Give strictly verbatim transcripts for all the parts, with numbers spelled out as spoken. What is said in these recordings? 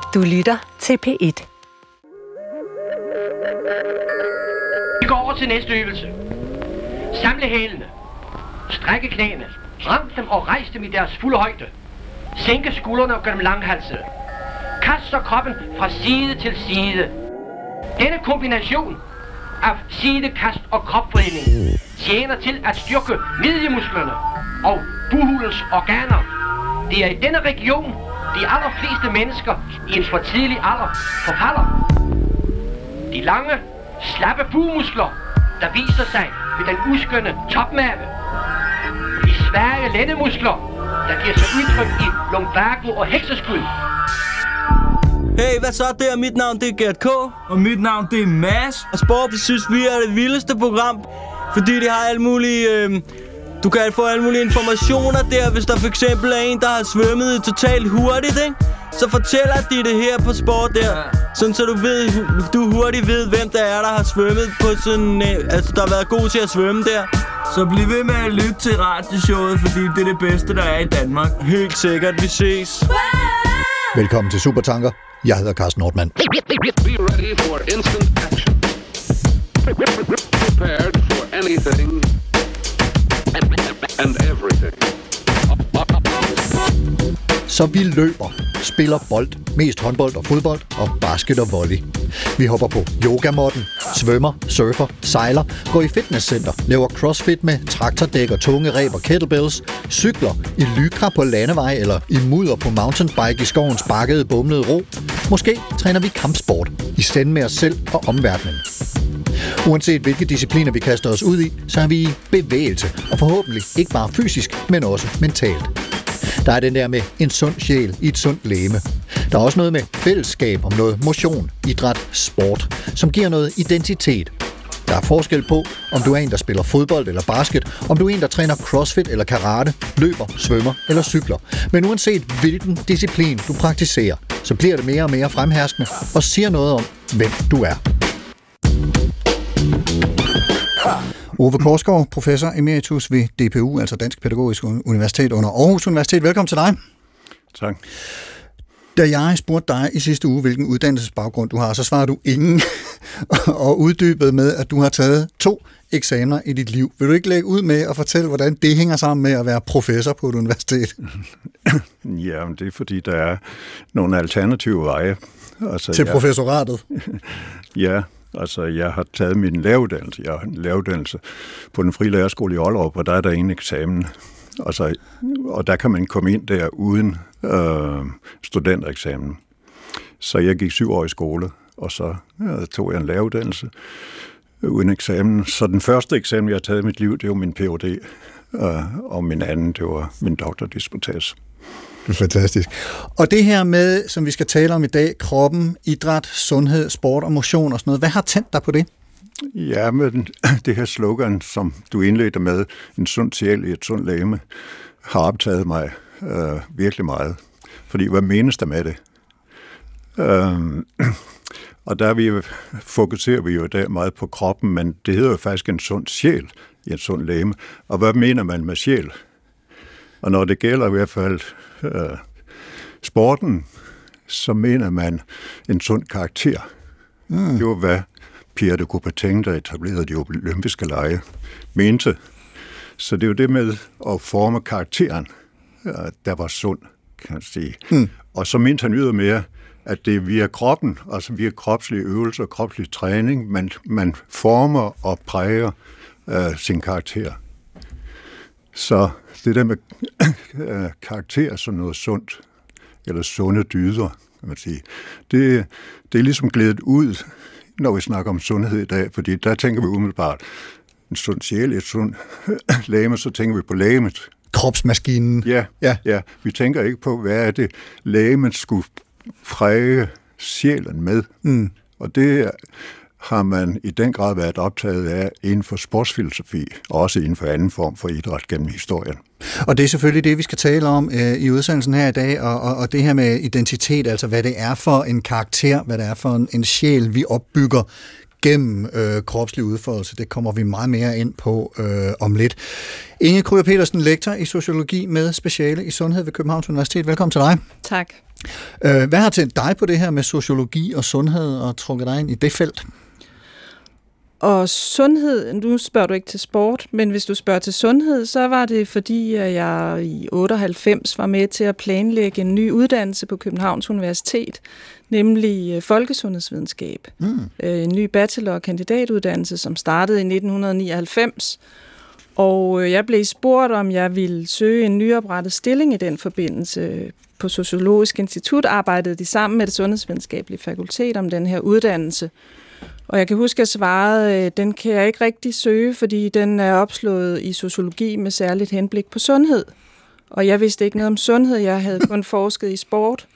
Du lytter til P et. Vi går over til næste øvelse. Samle hælene. Strække knæene. Rank dem og rejs dem i deres fulde højde. Sænke skuldrene og gør dem langhalsede. Kast så kroppen fra side til side. Denne kombination af sidekast og kropvridning tjener til at styrke midjemusklerne og buhulens organer. Det er i denne region, de allerfleste mennesker i en for tidlig alder forfalder. De lange, slappe bugmuskler, der viser sig ved den uskønne topmave. De svage lændemuskler, der giver sig udtryk i lumbago og hekseskud. Hey, hvad så der? Mit navn det er Gert K. Og mit navn det er Mads. Og Sport, det synes vi er det vildeste program, fordi de har alle mulige... Øh, du kan få alle mulige informationer der, hvis der for eksempel er en, der har svømmet totalt hurtigt, ikke? Så fortæller de det her på Sport der, ja. Sådan så du ved, du hurtigt ved, hvem der er, der har svømmet på sådan... Øh, altså, der har været god til at svømme der. Så bliv ved med at lytte til radioshowet, fordi det er det bedste, der er i Danmark. Helt sikkert, vi ses. Velkommen til Supertanker. Jeg hedder Carsten Nordmann. Be ready for instant action. Prepared for anything and everything. Så vi løber, spiller bold, mest håndbold og fodbold, og basket og volley. Vi hopper på yogamotten, svømmer, surfer, sejler, går i fitnesscenter, laver crossfit med traktordæk og tunge reb og kettlebells, cykler i lykra på landevej eller i mudder på mountainbike i skovens bakkede bumlede ro. Måske træner vi kampsport i stand med os selv og omverdenen. Uanset hvilke discipliner vi kaster os ud i, så er vi i bevægelse, og forhåbentlig ikke bare fysisk, men også mentalt. Der er den der med en sund sjæl i et sundt legeme. Der er også noget med fællesskab om noget motion, idræt, sport, som giver noget identitet. Der er forskel på, om du er en, der spiller fodbold eller basket, om du er en, der træner crossfit eller karate, løber, svømmer eller cykler. Men uanset hvilken disciplin du praktiserer, så bliver det mere og mere fremherskende og siger noget om, hvem du er. Ove Korsgaard, professor emeritus ved D P U, altså Dansk Pædagogisk Universitet under Aarhus Universitet. Velkommen til dig. Tak. Da jeg spurgte dig i sidste uge, hvilken uddannelsesbaggrund du har, så svarede du ingen og uddybede med, at du har taget to eksamener i dit liv. Vil du ikke lægge ud med at fortælle, hvordan det hænger sammen med at være professor på et universitet? Ja, men det er fordi, der er nogle alternative veje. Altså, til jeg... professoratet? Ja, altså jeg har taget min læreruddannelse. Jeg har en læreruddannelse på den frie lærerskole i Aalborg, og der er der en eksamen. Altså, og der kan man komme ind der uden øh, studentereksamen. Så jeg gik syv år i skole, og så ja, tog jeg en læreruddannelse uden eksamen. Så den første eksamen, jeg har taget i mit liv, det var min P H D, øh, og min anden, det var min doktordisputats. Fantastisk. Og det her med, som vi skal tale om i dag, kroppen, idræt, sundhed, sport og motion og sådan noget, hvad har tændt dig på det? Ja, men det her slogan, som du indledte med, en sund sjæl i et sundt legeme, har optaget mig øh, virkelig meget. Fordi hvad menes der med det? Øh, og der vi, fokuserer vi jo i dag meget på kroppen, men det hedder jo faktisk en sund sjæl i et sundt legeme. Og hvad mener man med sjæl? Og når det gælder i hvert fald øh, sporten, så mener man en sund karakter. Mm. Det var hvad Pierre de Coubertin, der etablerede de olympiske lege, mente. Så det er jo det med at forme karakteren, der var sund, kan man sige. Mm. Og så mente han ydermere, at det er via kroppen, altså via kropslige øvelser og kropslig træning, man, man former og præger øh, sin karakter. Så det der med øh, karakter som noget sundt, eller sunde dyder, kan man sige, det, det er ligesom glædet ud, når vi snakker om sundhed i dag, fordi der tænker vi umiddelbart, en sund sjæl, et sundt legeme, så tænker vi på legemet. Kropsmaskinen. Ja, ja, ja. Vi tænker ikke på, hvad er det, legemet skulle præge sjælen med. Mm. Og det har man i den grad været optaget af inden for sportsfilosofi, og også inden for anden form for idræt gennem historien. Og det er selvfølgelig det, vi skal tale om øh, i udsendelsen her i dag, og, og, og det her med identitet, altså hvad det er for en karakter, hvad det er for en, en sjæl, vi opbygger gennem øh, kropslig udfoldelse. Det kommer vi meget mere ind på øh, om lidt. Inge Kryger Petersen, lektor i sociologi med speciale i sundhed ved Københavns Universitet. Velkommen til dig. Tak. Øh, hvad har tændt dig på det her med sociologi og sundhed og trukket dig ind i det felt? Og sundhed, nu spørger du ikke til sport, men hvis du spørger til sundhed, så var det fordi, at jeg i otteoghalvfems var med til at planlægge en ny uddannelse på Københavns Universitet, nemlig folkesundhedsvidenskab. Mm. En ny bachelor- og kandidatuddannelse, som startede i nitten nioghalvfems. Og jeg blev spurgt, om jeg ville søge en nyoprettet stilling i den forbindelse. På Sociologisk Institut arbejdede de sammen med det sundhedsvidenskabelige fakultet om den her uddannelse. Og jeg kan huske, at jeg svarede, den kan jeg ikke rigtig søge, fordi den er opslået i sociologi med særligt henblik på sundhed. Og jeg vidste ikke noget om sundhed, jeg havde kun forsket i sport.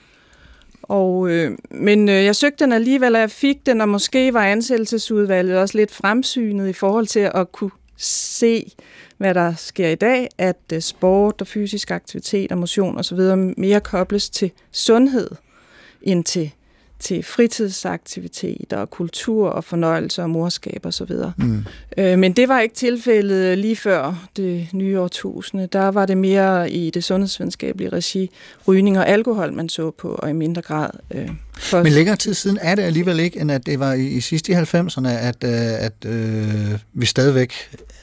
Og, øh, men øh, jeg søgte den alligevel, og jeg fik den, og måske var ansættelsesudvalget også lidt fremsynet i forhold til at kunne se, hvad der sker i dag, at øh, sport og fysisk aktivitet og motion osv. mere kobles til sundhed end til til fritidsaktiviteter og kultur og fornøjelse og morskab og så videre. Mm. Øh, men det var ikke tilfældet lige før det nye årtusinde. Der var det mere i det sundhedsvidenskabelige regi rygning og alkohol, man så på, og i mindre grad. Øh, for... Men længere tid siden er det alligevel ikke, end at det var i, i sidste i halvfemserne, at, øh, at øh, vi stadigvæk...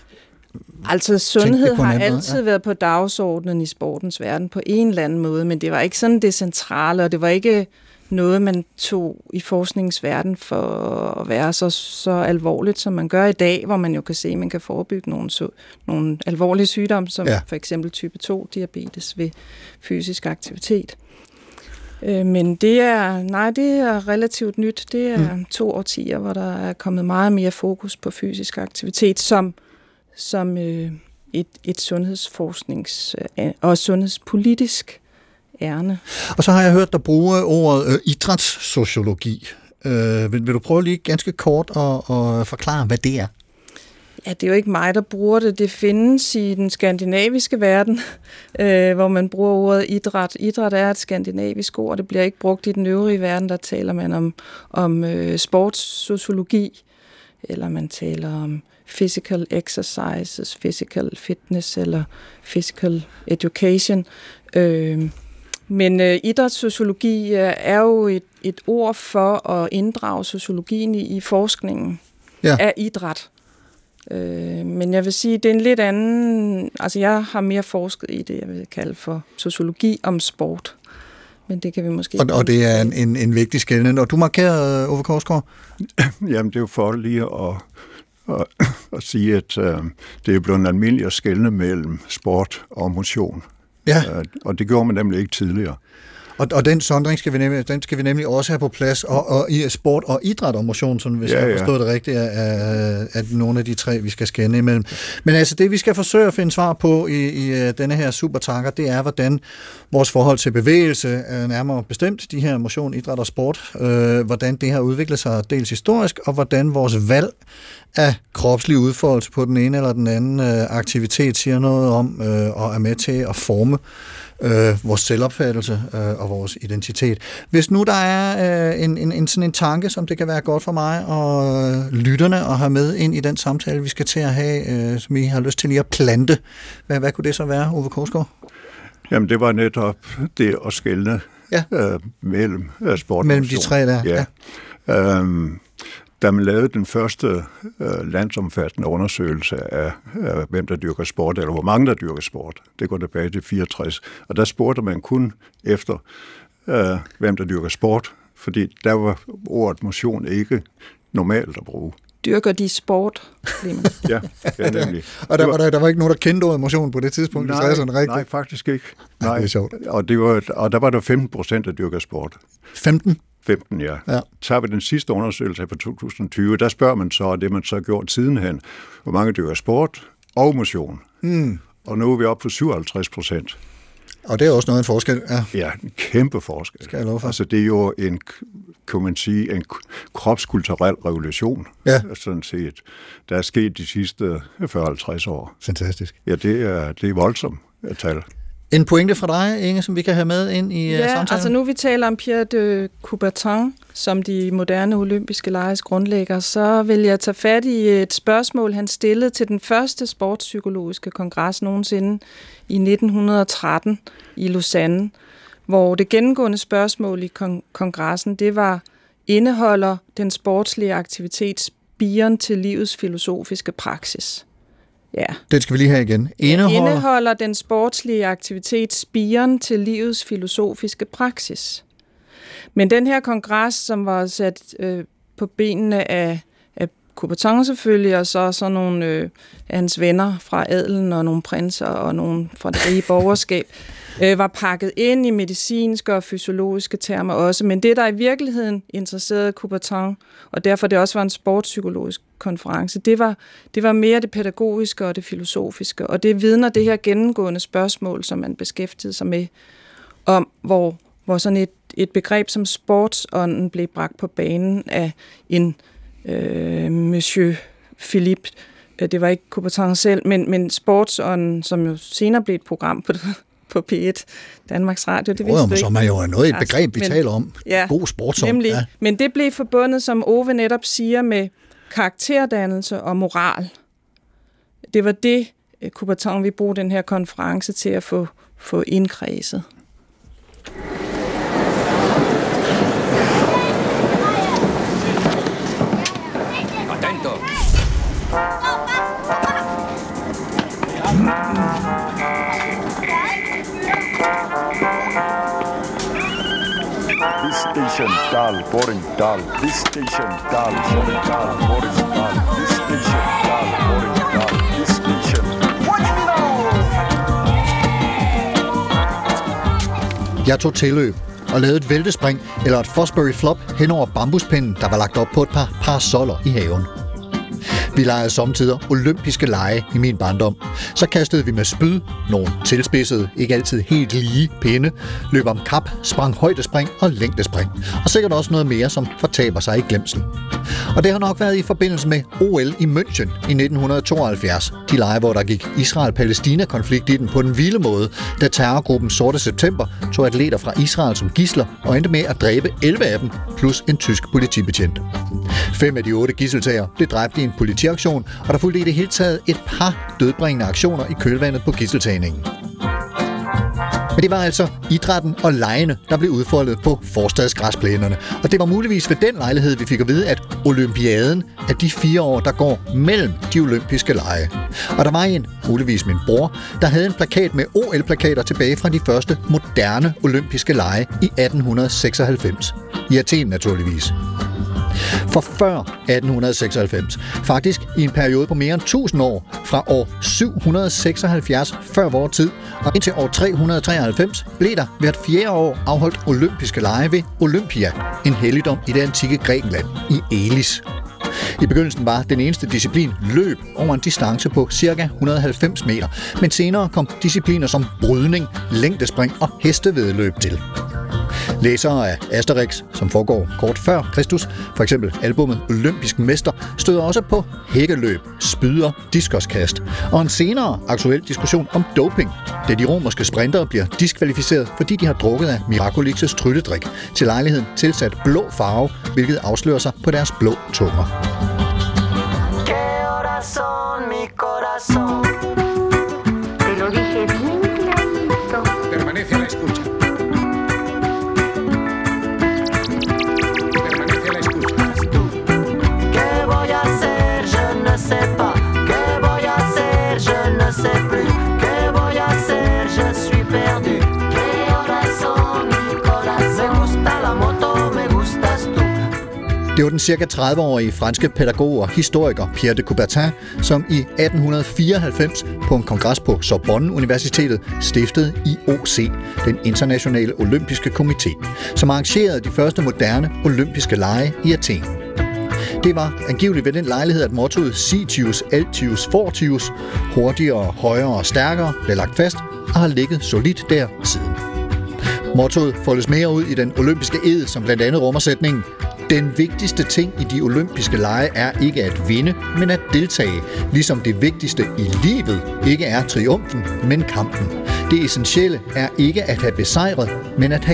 Altså sundhed har altid ja. været på dagsordenen i sportens verden på en eller anden måde, men det var ikke sådan det centrale, og det var ikke noget, man tog i forskningsverden for at være så, så alvorligt, som man gør i dag, hvor man jo kan se, at man kan forebygge nogle, så, nogle alvorlige sygdomme, som ja. for eksempel type to diabetes ved fysisk aktivitet. Øh, men det er, nej, det er relativt nyt. Det er mm. to årtier, hvor der er kommet meget mere fokus på fysisk aktivitet som, som øh, et, et sundhedsforsknings- og sundhedspolitisk ærne. Og så har jeg hørt dig bruge ordet øh, idrætssociologi. Øh, vil, vil du prøve lige ganske kort at, at forklare, hvad det er? Ja, det er jo ikke mig, der bruger det. Det findes i den skandinaviske verden, øh, hvor man bruger ordet idræt. Idræt er et skandinavisk ord, det bliver ikke brugt i den øvrige verden. Der taler man om, om øh, sportssociologi, eller man taler om physical exercises, physical fitness eller physical education. Øh, Men øh, idrætssociologi øh, er jo et, et ord for at inddrage sociologien i, i forskningen ja. af idræt. Øh, men jeg vil sige, det er en lidt anden... Altså, jeg har mere forsket i det, jeg vil kalde for sociologi om sport. Men det kan vi måske... Og, og det er en, en, en vigtig skelnen. Og du markerer, Ove Korsgaard? Jamen, det er jo for lige at, at, at sige, at uh, det er blevet almindeligt at skelne mellem sport og motion. Ja. Og det gjorde man nemlig ikke tidligere. Og, og den sondring skal vi nemlig, den skal vi nemlig også have på plads, og, og i sport og idræt og motion, sådan, hvis ja, jeg har forstået ja. det rigtigt, er, er, er nogle af de tre, vi skal skelne imellem. Men altså det, vi skal forsøge at finde svar på i, i denne her supertanker, det er, hvordan vores forhold til bevægelse er nærmere bestemt, de her motion, idræt og sport, øh, hvordan det har udviklet sig dels historisk, og hvordan vores valg af kropslig udfoldelse på den ene eller den anden øh, aktivitet siger noget om, øh, og er med til at forme Øh, vores selvopfattelse øh, og vores identitet. Hvis nu der er øh, en, en, en sådan en tanke, som det kan være godt for mig og øh, lytterne at have med ind i den samtale, vi skal til at have, øh, som I har lyst til lige at plante, hvad, hvad kunne det så være, Ove Korsgaard? Jamen, det var netop det at skelne ja. øh, mellem øh, sport og mellem de tre der. Ja. ja. Øhm, Da man lavede den første øh, landsomfattende undersøgelse af, af, hvem der dyrker sport, eller hvor mange der dyrker sport, det går tilbage til fireogtres, og der spurgte man kun efter, øh, hvem der dyrker sport, fordi der var ordet motion ikke normalt at bruge. Dyrker de sport? ja, ja, nemlig. Og der var, der, der var ikke nogen, der kendte ordet motion på det tidspunkt? Nej, det sådan rigtigt. nej, faktisk ikke. Nej. Det er sjovt. Og, det var, og der var der femten procent, der dyrker sport. femten? femten, ja. ja. Tager vi den sidste undersøgelse fra to tusind og tyve, der spørger man så, og det man så har gjort sidenhen, hvor mange dyrker sport og motion. Mm. Og nu er vi oppe på syvoghalvtreds procent. Og det er også noget af en forskel. Ja, ja en kæmpe forskel. Skal jeg love for. Altså det er jo en, kan man sige, en kropskulturel revolution. Ja. Sådan set. Der er sket de sidste fyrre til halvtreds år. Fantastisk. Ja, det er, det er voldsomt at tale. En pointe fra dig, Inge, som vi kan have med ind i ja, samtalen? Altså nu vi taler om Pierre de Coubertin, som de moderne olympiske leges grundlægger, så vil jeg tage fat i et spørgsmål, han stillede til den første sportspsykologiske kongres nogensinde i nitten tretten i Lausanne, hvor det gennemgående spørgsmål i kon- kongressen, det var, indeholder den sportslige aktivitet spiren til livets filosofiske praksis? Ja. Den skal vi lige have igen. Indeholder, Indeholder den sportslige aktivitet spiren til livets filosofiske praksis? Men den her kongres, som var sat øh, på benene af, af Coubertin selvfølgelig, og så sådan nogle øh, af hans venner fra adelen og nogle prinser og nogle fra det rige borgerskab, øh, var pakket ind i medicinske og fysiologiske termer også. Men det, der i virkeligheden interesserede Coubertin, og derfor det også var en sportspsykologisk konference, det var, det var mere det pædagogiske og det filosofiske. Og det vidner det her gennemgående spørgsmål, som man beskæftigede sig med, om hvor, hvor sådan et, et begreb som sportsånden blev bragt på banen af en øh, Monsieur Philippe. Det var ikke Coubertin selv, men, men sportsånden, som jo senere blev et program på på P et, Danmarks Radio, det vidste oh, du ikke. Som er jo noget et begreb, vi men, taler om. Ja, god sportsånd. Nemlig. Ja. Men det blev forbundet, som Ove netop siger, med karakterdannelse og moral. Det var det, Coubertin vil bruge den her konference til at få, få indkredset. This station, Dal, Boring, Dal. This station, Dal, Boring, Dal, Boring, Dal. This station, Dal, Boring, Dal. This station. Watch me now! Jeg tog tilløb og lavede et væltespring eller et Fosbury flop hen over bambuspinden, der var lagt op på et par parasoller i haven. Vi legede sommetider olympiske lege i min barndom. Så kastede vi med spyd, nogle tilspidsede, ikke altid helt lige pinde, løb om kap, sprang højdespring og længdespring. Og sikkert også noget mere, som fortaber sig i glemsel. Og det har nok været i forbindelse med O L i München i nitten tooghalvfjerds. De lege, hvor der gik Israel-Palæstina-konflikt i den på den vilde måde, da terrorgruppen Sorte September tog atleter fra Israel som gidsler og endte med at dræbe elleve af dem, plus en tysk politibetjent. Fem af de otte gidseltagere blev dræbt i en politiaktion, og der fulgte i det hele taget et par dødbringende aktioner i kølvandet på gidseltagningen. Men det var altså idrætten og legene, der blev udfoldet på forstadsgræsplænerne. Og det var muligvis ved den lejlighed, vi fik at vide, at olympiaden er de fire år, der går mellem de olympiske lege. Og der var en, muligvis min bror, der havde en plakat med O L-plakater tilbage fra de første moderne olympiske lege i atten seksoghalvfems. I Athen naturligvis. For før atten seksoghalvfems, faktisk i en periode på mere end tusind år, fra år syv hundrede seksoghalvfjerds før vores tid, og indtil år tre hundrede treoghalvfems, blev der hvert fjerde år afholdt olympiske lege ved Olympia, en helligdom i det antikke Grækenland, i Elis. I begyndelsen var den eneste disciplin løb over en distance på ca. et hundrede og halvfems meter, men senere kom discipliner som brydning, længdespring og hestevæddeløb til. Læsere af Asterix, som foregår kort før Kristus, for eksempel albumet Olympisk Mester, støder også på hækkeløb, spyder, diskoskast og en senere aktuel diskussion om doping, da de romerske sprintere bliver diskvalificeret, fordi de har drukket af Miraculix's trylledrik, til lejligheden tilsat blå farve, hvilket afslører sig på deres blå tunger. Permanece a la escucha. Det var den cirka tredive-årige franske pædagog og historiker Pierre de Coubertin, som i atten fireoghalvfems på en kongres på Sorbonne Universitetet stiftede I O C, den internationale olympiske komité, som arrangerede de første moderne olympiske lege i Athen. Det var angiveligt ved den lejlighed, at mottoet Citius, Altius, Fortius, hurtigere, højere og stærkere, blev lagt fast og har ligget solidt der siden. Mottoet foldes mere ud i den olympiske ed, som blandt andet rummer sætningen: den vigtigste ting i de olympiske lege er ikke at vinde, men at deltage, ligesom det vigtigste i livet ikke er triumfen, men kampen. Det essentielle er ikke at have besejret, men at have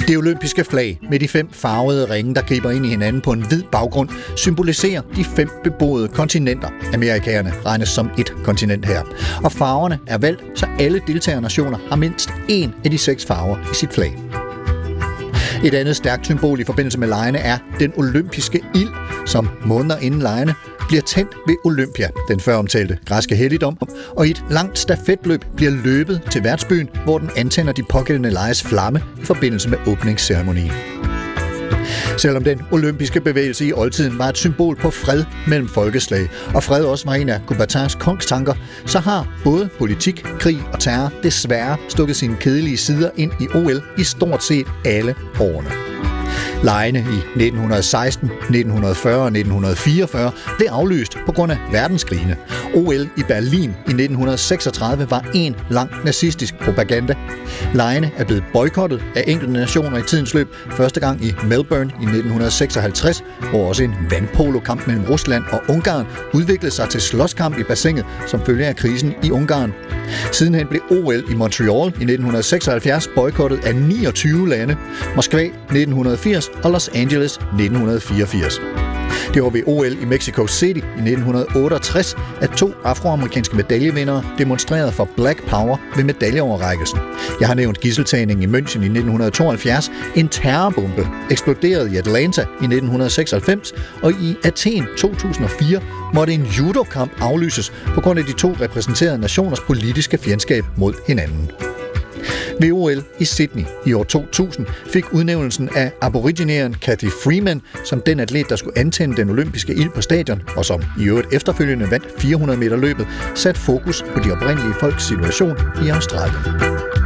Det olympiske flag med de fem farvede ringe, der griber ind i hinanden på en hvid baggrund, symboliserer de fem beboede kontinenter. Amerikaerne regnes som et kontinent her. Og farverne er valgt, så alle deltagernationer har mindst én af de seks farver i sit flag. Et andet stærkt symbol i forbindelse med legene er den olympiske ild, som måneder inden legene bliver tændt ved Olympia, den føromtalte græske helligdom, og i et langt stafetløb bliver løbet til værtsbyen, hvor den antænder de pågældende lejes flamme i forbindelse med åbningsceremonien. Selvom den olympiske bevægelse i oldtiden var et symbol på fred mellem folkeslag, og fred også var en af Coubertins kongstanker, så har både politik, krig og terror desværre stukket sine kedelige sider ind i O L i stort set alle årene. Legene i nitten seksten, nitten fyrre og nitten fireogfyrre blev aflyst på grund af verdenskrigene. O L i Berlin i nitten seksogtredive var en lang nazistisk propaganda. Legene er blevet boykottet af enkelte nationer i tidens løb. Første gang i Melbourne i nitten seksoghalvtreds, hvor også en vandpolokamp mellem Rusland og Ungarn udviklede sig til slåskamp i bassinet som følge af krisen i Ungarn. Sidenhen blev O L i Montreal i nitten seksoghalvfjerds boykottet af niogtyve lande, Moskva nitten firs og Los Angeles nitten fireogfirs. Det var ved O L i Mexico City i nitten otteogtres, at to afroamerikanske medaljevindere demonstrerede for Black Power ved medaljeoverrækkelsen. Jeg har nævnt gidseltagningen i München i nitten tooghalvfjerds. En terrorbombe eksploderede i Atlanta i nitten seksoghalvfems, og i Athen to tusind og fire måtte en judokamp aflyses på grund af de to repræsenterede nationers politiske fjendskab mod hinanden. Ved O L i Sydney i år to tusind fik udnævnelsen af aborigineren Cathy Freeman som den atlet, der skulle antænde den olympiske ild på stadion, og som i øvrigt efterfølgende vandt fire hundrede meter løbet, sat fokus på de oprindelige folks situation i Australien.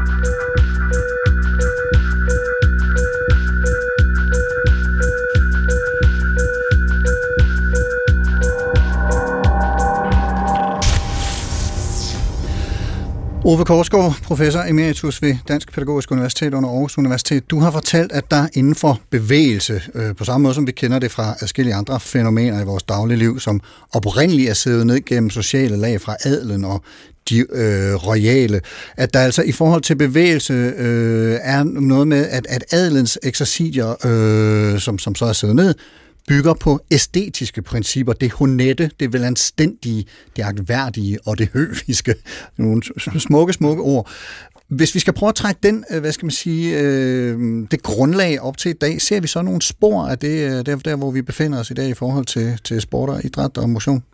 Ove Korsgaard, professor emeritus ved Dansk Pædagogisk Universitet under Aarhus Universitet. Du har fortalt, at der inden for bevægelse, øh, på samme måde som vi kender det fra forskellige andre fænomener i vores dagligliv, som oprindeligt er siddet ned gennem sociale lag fra adelen og de øh, royale, at der altså i forhold til bevægelse øh, er noget med, at, at adelens eksercitier, øh, som, som så er siddet ned, bygger på æstetiske principper. Det honette, det velanstændige, det agtværdige og det høviske. Nogle smukke, smukke ord. Hvis vi skal prøve at trække den, hvad skal man sige, det grundlag op til i dag, ser vi så nogle spor af det, der, der hvor vi befinder os i dag i forhold til, til sport og idræt og motion?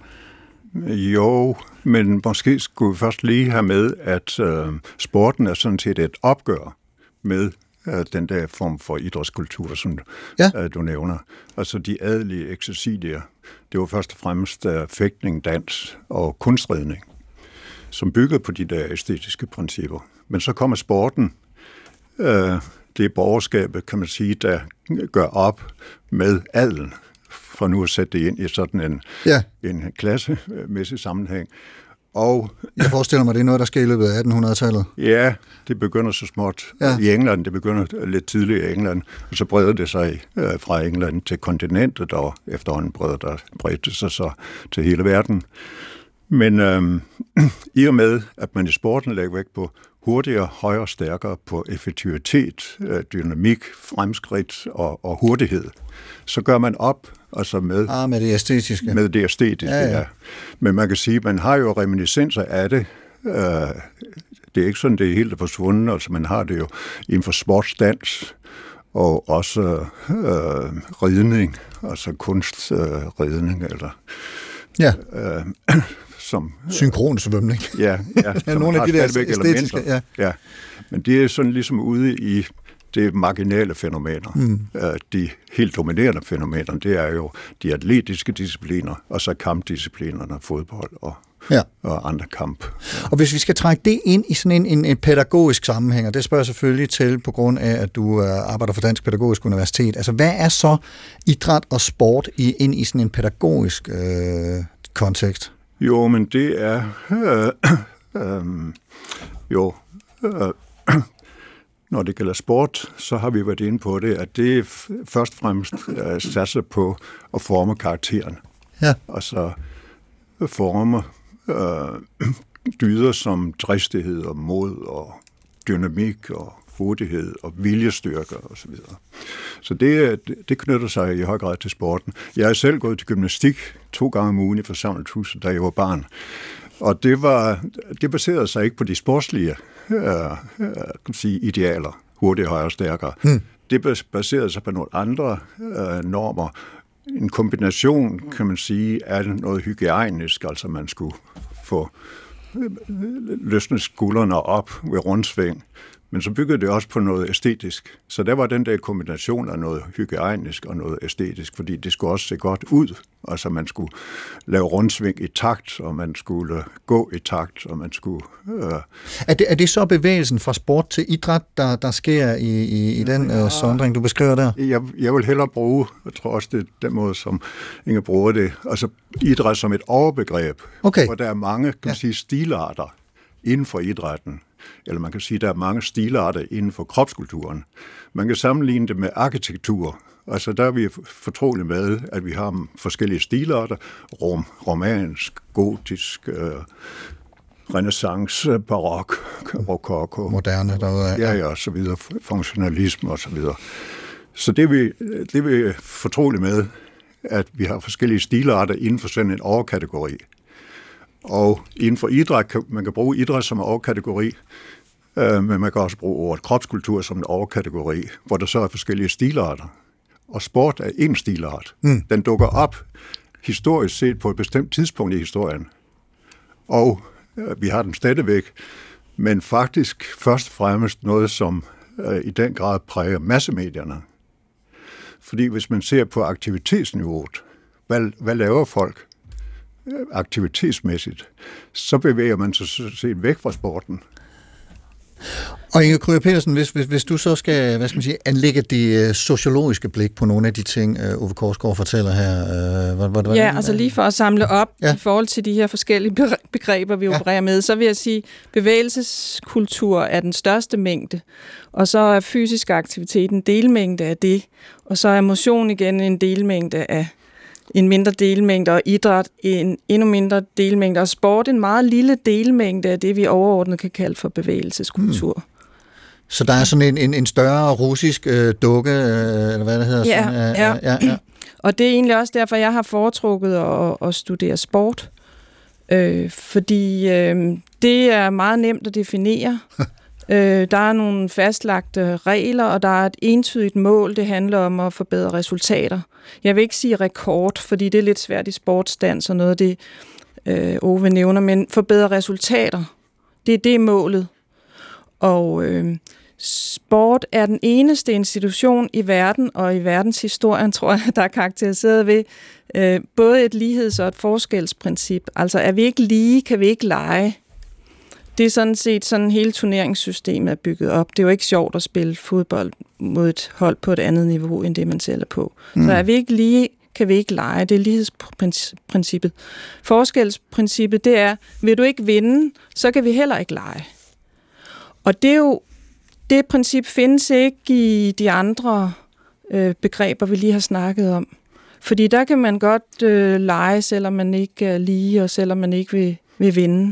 Jo, men måske skulle vi først lige have med, at øh, sporten er sådan set et opgør med den der form for idrætskultur, som ja. du nævner. Altså de adelige eksercitier, det var først og fremmest uh, fægtning, dans og kunstridning, som byggede på de der æstetiske principper. Men så kommer sporten, uh, det er borgerskabet, kan man sige, der gør op med adelen, for nu at sætte det ind i sådan en, ja. en klassemæssig sammenhæng. Og jeg forestiller mig, det er noget, der sker i løbet af attenhundredetallet. Ja, det begynder så småt ja. i England. Det begynder lidt tidligt i England, og så breder det sig øh, fra England til kontinentet, og efterhånden breder der bredt det sig så til hele verden. Men øh, i og med, at man i sporten lægger vægt på hurtigere, højere, stærkere på effektivitet, øh, dynamik, fremskridt og, og hurtighed, så gør man op altså med, ah, med det æstetiske. Med det æstetiske, ja, ja. ja. Men man kan sige, at man har jo reminiscenser af det. Uh, det er ikke sådan, det er helt forsvundet. Altså man har det jo inden for sportsdans og også uh, ridning, altså kunstridning, uh, eller ja. Uh, som synkronsvømning. Ja, ja, ja nogle af de der æstetiske, ja. ja. Men det er sådan ligesom ude i det er marginale fænomener. Mm. De helt dominerende fænomener, det er jo de atletiske discipliner, og så kampdisciplinerne, fodbold og, ja. og andre kamp. Og hvis vi skal trække det ind i sådan en, en, en pædagogisk sammenhæng, og det spørger jeg selvfølgelig til på grund af, at du arbejder for Dansk Pædagogisk Universitet, altså hvad er så idræt og sport i, ind i sådan en pædagogisk øh, kontekst? Jo, men det er øh, øh, jo øh, når det gælder sport, så har vi været inde på det, at det først og fremmest uh, satser på at forme karakteren. Ja. Og så forme uh, dyder som dristighed og mod og dynamik og hurtighed og viljestyrke og så videre. Så det, det knytter sig i høj grad til sporten. Jeg er selv gået til gymnastik to gange om ugen i forsamlingshuset, da jeg var barn. Og det, var, det baserede sig ikke på de sportslige øh, øh, kan sige, idealer, hurtigere, højere og stærkere. Hmm. Det baserede sig på nogle andre øh, normer. En kombination, kan man sige, af noget hygiejnisk, altså man skulle få løsne skuldrene op ved rundsving, men så byggede det også på noget æstetisk. Så der var den der kombination af noget hygiejnisk og noget æstetisk, fordi det skulle også se godt ud. Altså man skulle lave rundsving i takt, og man skulle gå i takt, og man skulle... Øh... Er, det, er det så bevægelsen fra sport til idræt, der, der sker i, i, i den ja, øh, sondring, du beskriver der? Jeg, jeg vil hellere bruge, jeg tror også, det er den måde, som Inge bruger det, altså idræt som et overbegreb, okay. hvor der er mange, kan man sige, stilarter inden for idrætten. Eller man kan sige, at der er mange stilarter inden for kropskulturen. Man kan sammenligne det med arkitektur. Altså der er vi fortrolige med, at vi har forskellige stilarter. Rom, romansk, gotisk, øh, renaissance, barok, rokoko. Moderne derude. Ja, ja, og så videre. Funktionalisme og så videre. Så det er vi, det er vi fortrolige med, at vi har forskellige stilarter inden for sådan en overkategori. Og inden for idræt, kan, man kan bruge idræt som en overkategori, øh, men man kan også bruge ordet kropskultur som en overkategori, hvor der så er forskellige stilarter. Og sport er en stilart. Mm. Den dukker op historisk set på et bestemt tidspunkt i historien. Og øh, vi har den stadigvæk, men faktisk først og fremmest noget, som øh, i den grad præger massemedierne. Fordi hvis man ser på aktivitetsniveauet, hvad, hvad laver folk aktivitetsmæssigt, så bevæger man sig set væk fra sporten. Og Inge Krüger Petersen, hvis, hvis, hvis du så skal, hvad skal man sige, anlægge det sociologiske blik på nogle af de ting, Ove Korsgaard fortæller her. Øh, hvad, hvad, ja, altså lige for at samle op ja. i forhold til de her forskellige begreber, vi ja. opererer med, så vil jeg sige, bevægelseskultur er den største mængde, og så er fysisk aktivitet en delmængde af det, og så er motion igen en delmængde af en mindre delmængde, og idræt en endnu mindre delmængde, og sport en meget lille delmængde af det, vi overordnet kan kalde for bevægelseskultur. Hmm. Så der er sådan en, en, en større russisk øh, dukke, øh, eller hvad det hedder? Ja, sådan, øh, ja. ja, ja. Og det er egentlig også derfor, jeg har foretrukket at, at studere sport. Øh, fordi øh, det er meget nemt at definere. øh, der er nogle fastlagte regler, og der er et entydigt mål. Det handler om at forbedre resultater. Jeg vil ikke sige rekord, fordi det er lidt svært i sportsdans og noget af det, øh, Ove nævner, men forbedre resultater. Det er det målet. Og øh, sport er den eneste institution i verden og i verdenshistorien, tror jeg, der er karakteriseret ved øh, både et ligheds- og et forskelsprincip. Altså er vi ikke lige, kan vi ikke lege. Det er sådan set sådan hele turneringssystemet er bygget op. Det er jo ikke sjovt at spille fodbold mod et hold på et andet niveau, end det man selv er på. Mm. Så er vi ikke lige, kan vi ikke lege. Det er lighedsprincippet. Forskelsprincippet, det er, vil du ikke vinde, så kan vi heller ikke lege. Og det er jo, det princip findes ikke i de andre øh, begreber, vi lige har snakket om. Fordi der kan man godt øh, lege, selvom man ikke er lige, og selvom man ikke vil, vil vinde.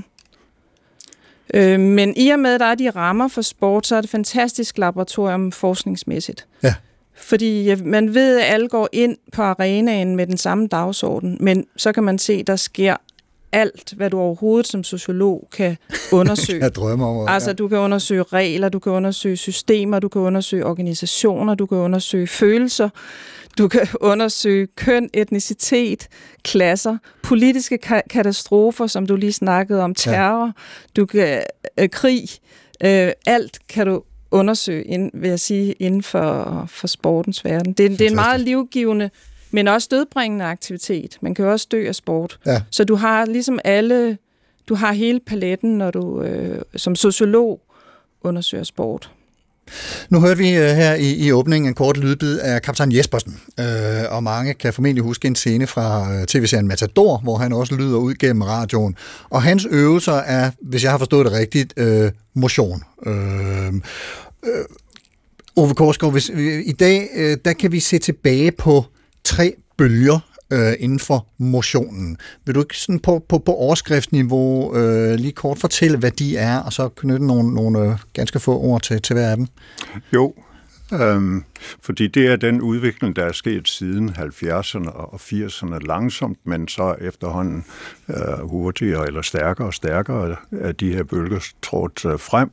Øh, men i og med, at der er de rammer for sport, så er det et fantastisk laboratorium forskningsmæssigt. Ja. Fordi man ved, at alle går ind på arenaen med den samme dagsorden, men så kan man se, at der sker alt, hvad du overhovedet som sociolog kan undersøge. Jeg drømmer over, altså, ja. du kan undersøge regler, du kan undersøge systemer, du kan undersøge organisationer, du kan undersøge følelser, du kan undersøge køn, etnicitet, klasser, politiske ka- katastrofer, som du lige snakkede om, terror, ja. du kan øh, krig, øh, alt kan du undersøge, ind, vil jeg sige, inden for, for sportens verden. Det, det er en meget livgivende, men også dødbringende aktivitet. Man kan jo også dø af sport. Ja. Så du har ligesom alle, du har hele paletten, når du øh, som sociolog undersøger sport. Nu hørte vi uh, her i, i åbningen en kort lydbid af kaptajn Jespersen, uh, og mange kan formentlig huske en scene fra uh, tv-serien Matador, hvor han også lyder ud gennem radioen. Og hans øvelser er, hvis jeg har forstået det rigtigt, uh, motion. Uh, uh, Ove Korsgaard, hvis, uh, i dag uh, der kan vi se tilbage på tre bølger øh, inden for motionen. Vil du ikke sådan på, på, på overskriftsniveau øh, lige kort fortælle, hvad de er, og så knytte nogle, nogle øh, ganske få ord til, til hver af dem? Jo, øhm, fordi det er den udvikling, der er sket siden halvfjerdserne og firserne langsomt, men så efterhånden øh, hurtigere eller stærkere og stærkere af de her bølger trådt øh, frem.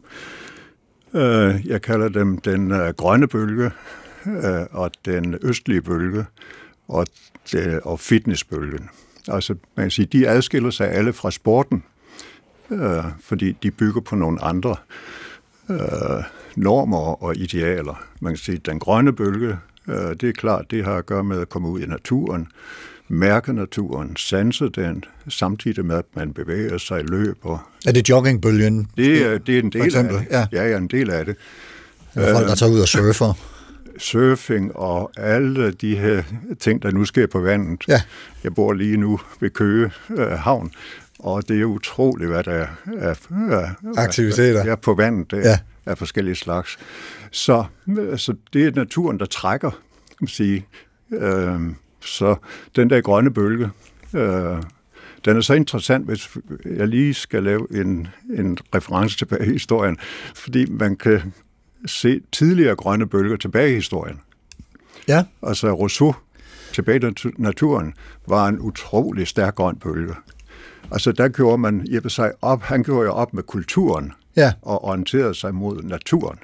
Øh, jeg kalder dem den øh, grønne bølge øh, og den østlige bølge og, det, og fitnessbølgen. Altså, man kan sige, de adskiller sig alle fra sporten, øh, fordi de bygger på nogle andre øh, normer og idealer. Man kan sige, at den grønne bølge, øh, det er klart, det har at gøre med at komme ud i naturen, mærke naturen, sanse den, samtidig med, at man bevæger sig i løb. Og er det joggingbølgen? Det er, det er en del af det. Ja, ja, ja, en del af det. Eller folk, der tager ud og surfer. Surfing og alle de her ting, der nu sker på vandet. Ja. Jeg bor lige nu ved Køge øh, Havn, og det er utroligt, hvad der er af, af aktiviteter ja, på vandet der, ja. af forskellige slags. Så, så det er naturen, der trækker, kan man sige. Øh, så den der grønne bølge, øh, den er så interessant, hvis jeg lige skal lave en, en reference tilbage i historien, fordi man kan se tidligere grønne bølger tilbage i historien. Ja. Altså Rousseau, tilbage i naturen, var en utrolig stærk grøn bølge. Altså der gjorde man i sig op, han gjorde jo op med kulturen, ja. Og orienterede sig mod naturen.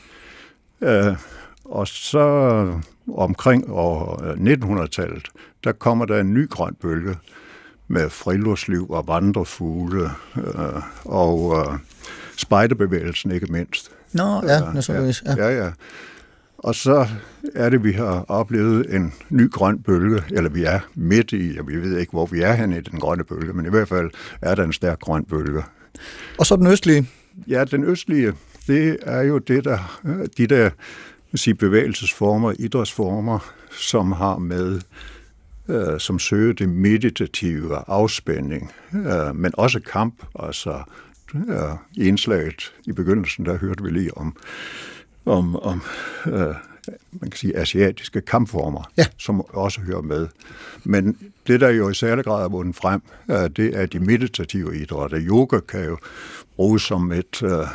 Øh, og så omkring år nitten hundrede-tallet, der kommer der en ny grøn bølge med friluftsliv og vandrefugle øh, og øh, spejderbevægelsen ikke mindst. Nå, ja, naturligvis. Ja. Ja, ja. Og så er det, vi har oplevet en ny grøn bølge, eller vi er midt i, og vi ved ikke, hvor vi er henne i den grønne bølge, men i hvert fald er der en stærk grøn bølge. Og så den østlige? Ja, den østlige, det er jo det der, de der sige, bevægelsesformer, idrætsformer, som har med, øh, som søger det meditative, afspænding, øh, men også kamp, altså øh, indslaget i begyndelsen, der hørte vi lige om, om, om øh, man kan sige, asiatiske kampformer, ja. Som også hører med. Men det, der jo i særlig grad er vundet frem, øh, det er de meditative idrætter. Yoga kan jo bruges som et, øh,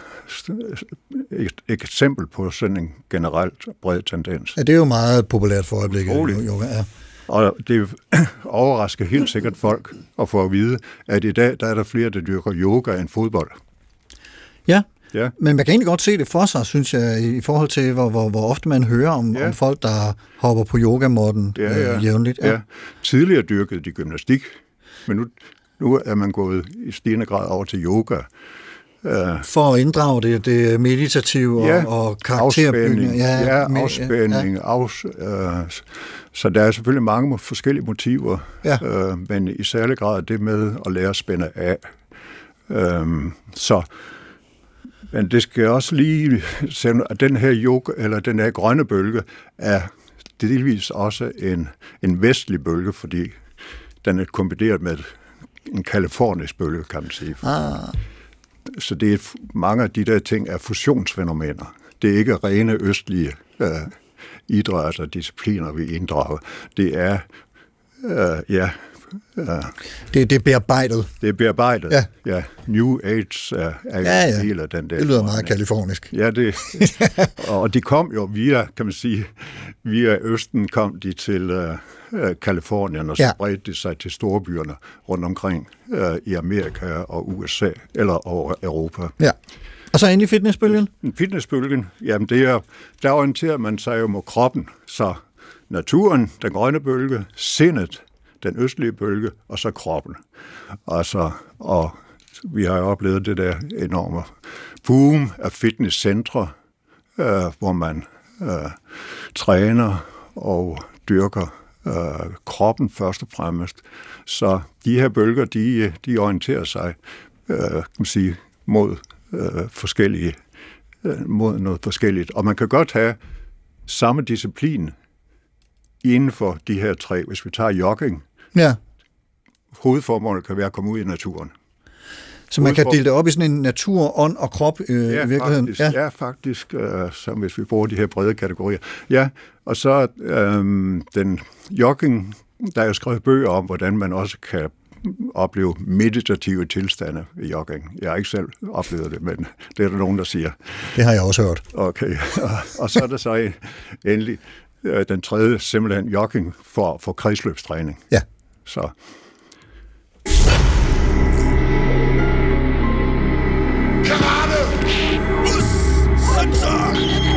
et, et eksempel på sådan en generelt bred tendens. Ja, det er jo meget populært for øjeblikket. Yoga, ja. Og det overrasker helt sikkert folk at få at vide, at i dag der er der flere, der dyrker yoga end fodbold. Ja. Ja. Men man kan egentlig godt se det for sig, synes jeg, i forhold til, hvor, hvor, hvor ofte man hører om, ja. om folk, der hopper på yogamåtten ja, ja. øh, jævnligt. Ja. Ja. Tidligere dyrkede de gymnastik, men nu, nu er man gået i stigende grad over til yoga. Uh, For at inddrage det, det meditative ja, og, og karakterbygning. Ja, ja, med, afspænding. Ja. Afs, øh, så der er selvfølgelig mange forskellige motiver, ja. øh, men i særlig grad det med at lære at spænde af. Øh, så Men det skal også lige sige, at den her yoga, eller den her grønne bølge, er delvis også en, en vestlig bølge, fordi den er kombineret med en kalifornisk bølge, kan man sige. Ah. Så det er, mange af de der ting er fusionsfænomener. Det er ikke rene østlige øh, idrætter og discipliner, vi inddrager. Det er, øh, ja... Øh, det, det er bearbejdet. Det er bearbejdet, ja. ja. New Age er, er ja, ja. en del af den der. Det lyder meget kalifornisk. Ja, det. Og de kom jo via, kan man sige, via Østen kom de til øh, Kalifornien, og så ja. spredte de sig til storbyerne rundt omkring øh, i Amerika og U S A, eller over Europa. Ja. Og så ind i fitnessbølgen? Fitnessbølgen, jamen det er, der orienterer man sig jo mod kroppen, så naturen, den grønne bølge, sindet, den østlige bølge, og så kroppen. Altså, og vi har jo oplevet det der enorme boom af fitnesscentre, øh, hvor man øh, træner og dyrker øh, kroppen først og fremmest. Så de her bølger, de, de orienterer sig øh, kan man sige, mod øh, forskellige, øh, mod noget forskelligt. Og man kan godt have samme disciplin inden for de her tre. Hvis vi tager jogging, ja. hovedformålet kan være at komme ud i naturen. Så man kan dele det op i sådan en natur, ånd og krop øh, ja, i virkeligheden? Faktisk, ja, ja, faktisk, øh, som hvis vi bruger de her brede kategorier. Ja, og så øh, den jogging der er skrevet bøger om, hvordan man også kan opleve meditative tilstande i jogging. Jeg har ikke selv oplevet det, men det er der nogen, der siger. Det har jeg også hørt. Okay, og, og så er der så endelig den tredje, simpelthen jogging for, for kredsløbstræning. Ja. Så. Karate! Bus! Sensor!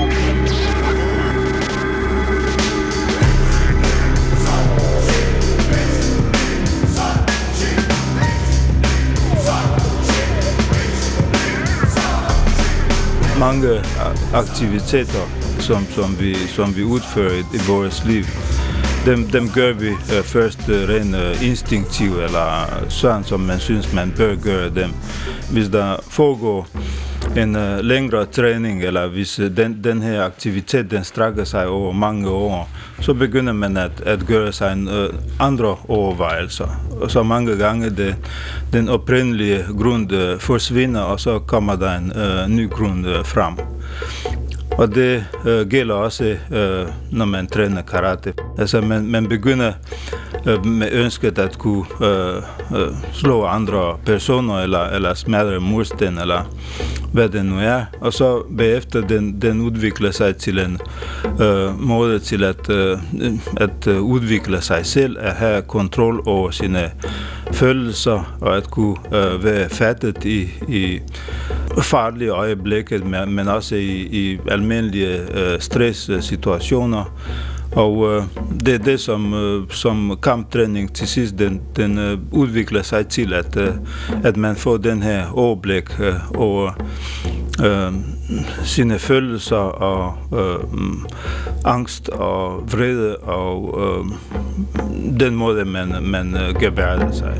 Mange aktiviteter, som, som, vi, som vi udfører i, i vores liv, dem, dem gør vi uh, først uh, rent uh, instinktivt, eller sådan, som man synes, man bør gøre dem. Hvis der foregår en uh, længere træning, eller hvis uh, den, den her aktivitet den strækker sig over mange år, så begynder man at, at gøre sig en, uh, andre overvejelser. Og så mange gange det, den oprindelige grund uh, forsvinder, og så kommer der en uh, ny grund uh, frem. Og det uh, gælder også, uh, når man træner karate. Altså, man, man begynder uh, med ønsket at kunne uh, uh, slå andre personer, eller, eller smadre mursten, eller hvad det nu er. Og så bagefter, den, den udvikler sig til en uh, måde til at, uh, at uh, udvikle sig selv, at have kontrol over sine følelser, og at kunne uh, være fattet i, i farlige øjeblikke, men også i, i almindelige uh, stresssituationer. Og uh, det er det, som, uh, som kamptræning til sidst, den, den uh, udvikler sig til, at, uh, at man får den her overblik uh, over uh, sine følelser og uh, angst og vrede og uh, den måde, man, man uh, gebærder sig.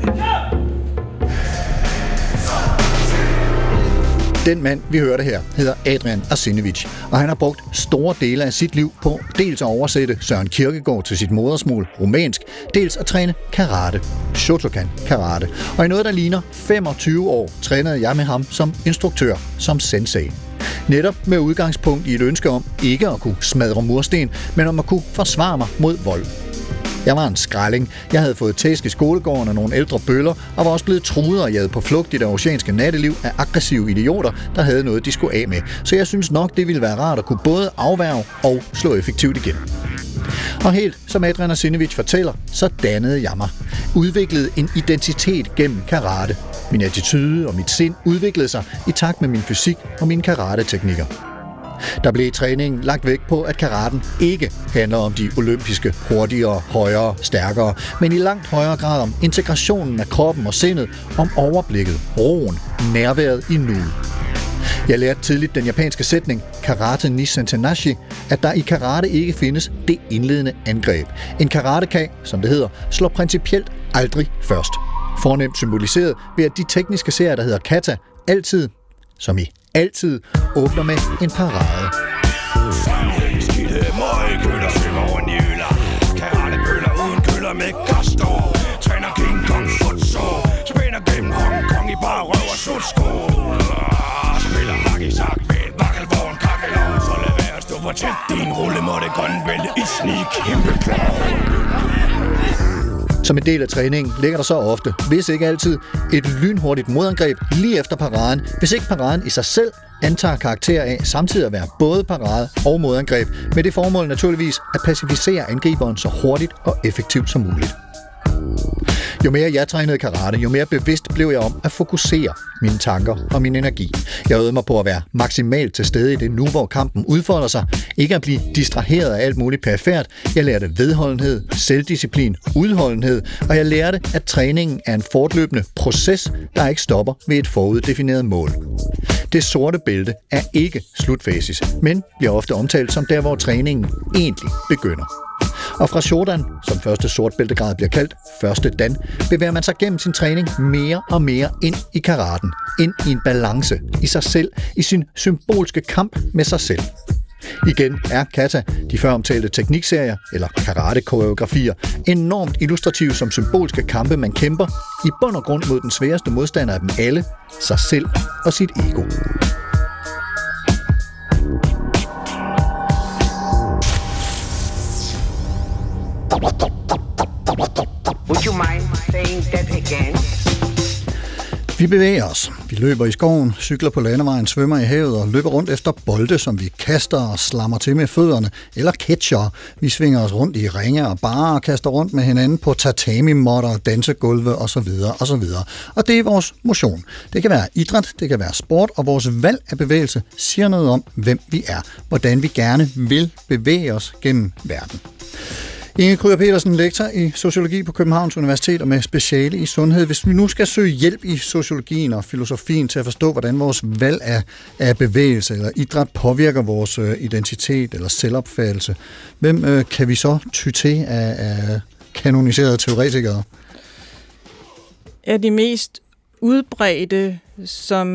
Den mand, vi hørte her, hedder Adrian Arsenovic, og han har brugt store dele af sit liv på dels at oversætte Søren Kierkegaard til sit modersmål rumænsk, dels at træne karate, Shotokan karate. Og i noget, der ligner femogtyve år, trænede jeg med ham som instruktør, som sensei. Netop med udgangspunkt i et ønske om ikke at kunne smadre mursten, men om at kunne forsvare mig mod vold. Jeg var en skrælling. Jeg havde fået tæsk i skolegården af nogle ældre bøller, og var også blevet truet og jaget på flugt i det oceanske natteliv af aggressive idioter, der havde noget, de skulle af med. Så jeg synes nok, det ville være rart at kunne både afværge og slå effektivt igen. Og helt som Adrian Arsenovic fortæller, så dannede jeg mig. Udviklede en identitet gennem karate. Min attitude og mit sind udviklede sig i takt med min fysik og mine karate-teknikker. Der blev i træningen lagt vægt på, at karaten ikke handler om de olympiske, hurtigere, højere, stærkere, men i langt højere grad om integrationen af kroppen og sindet, om overblikket, roen, nærværet i nuet. Jeg lærte tidligt den japanske sætning karate ni sentenashi, at der i karate ikke findes det indledende angreb. En karateka, som det hedder, slår principielt aldrig først. Fornemt symboliseret ved, at de tekniske serier, der hedder kata, altid, som i altid, åbner med en parade. Træner King Kong futsal, spænder gennem Hong Kong i bare røv og sutsko. Spiller hacky-sack med en bakkelvogn kakkelov. Så lad være at stå for tæt, din rulle måtte grønne bælte i sneak kæmpe klar. Som en del af træningen ligger der så ofte, hvis ikke altid, et lynhurtigt modangreb lige efter paraden, hvis ikke paraden i sig selv antager karakter af samtidig at være både parade og modangreb, med det formål naturligvis at pacificere angriberen så hurtigt og effektivt som muligt. Jo mere jeg trænede karate, jo mere bevidst blev jeg om at fokusere mine tanker og min energi. Jeg øvede mig på at være maksimalt til stede i det nu, hvor kampen udfolder sig. Ikke at blive distraheret af alt muligt perifert. Jeg lærte vedholdenhed, selvdisciplin, udholdenhed, og jeg lærte, at træningen er en fortløbende proces, der ikke stopper ved et foruddefineret mål. Det sorte bælte er ikke slutfasis, men bliver ofte omtalt som der, hvor træningen egentlig begynder. Og fra Shodan, som første sortbæltegrad bliver kaldt, første dan, bevæger man sig gennem sin træning mere og mere ind i karaten, ind i en balance i sig selv, i sin symbolske kamp med sig selv. Igen er kata, de før omtalte teknikserier, eller karate-koreografier, enormt illustrative som symbolske kampe, man kæmper i bund og grund mod den sværeste modstander af dem alle, sig selv og sit ego. What the Vi bevæger os. Vi løber i skoven, cykler på landevejen, svømmer i havet og løber rundt efter bolde, som vi kaster og slammer til med fødderne, eller catcher. Vi svinger os rundt i ringe og barer og kaster rundt med hinanden på tatami-måtter, dansegulve osv. osv. Og det er vores motion. Det kan være idræt, det kan være sport, og vores valg af bevægelse siger noget om, hvem vi er, hvordan vi gerne vil bevæge os gennem verden. Inge Krüger Petersen, lektor i sociologi på Københavns Universitet og med speciale i sundhed. Hvis vi nu skal søge hjælp i sociologien og filosofien til at forstå, hvordan vores valg af, af bevægelse eller idræt påvirker vores identitet eller selvopfattelse, hvem øh, kan vi så ty til af, af kanoniserede teoretikere? Er de mest udbredte, som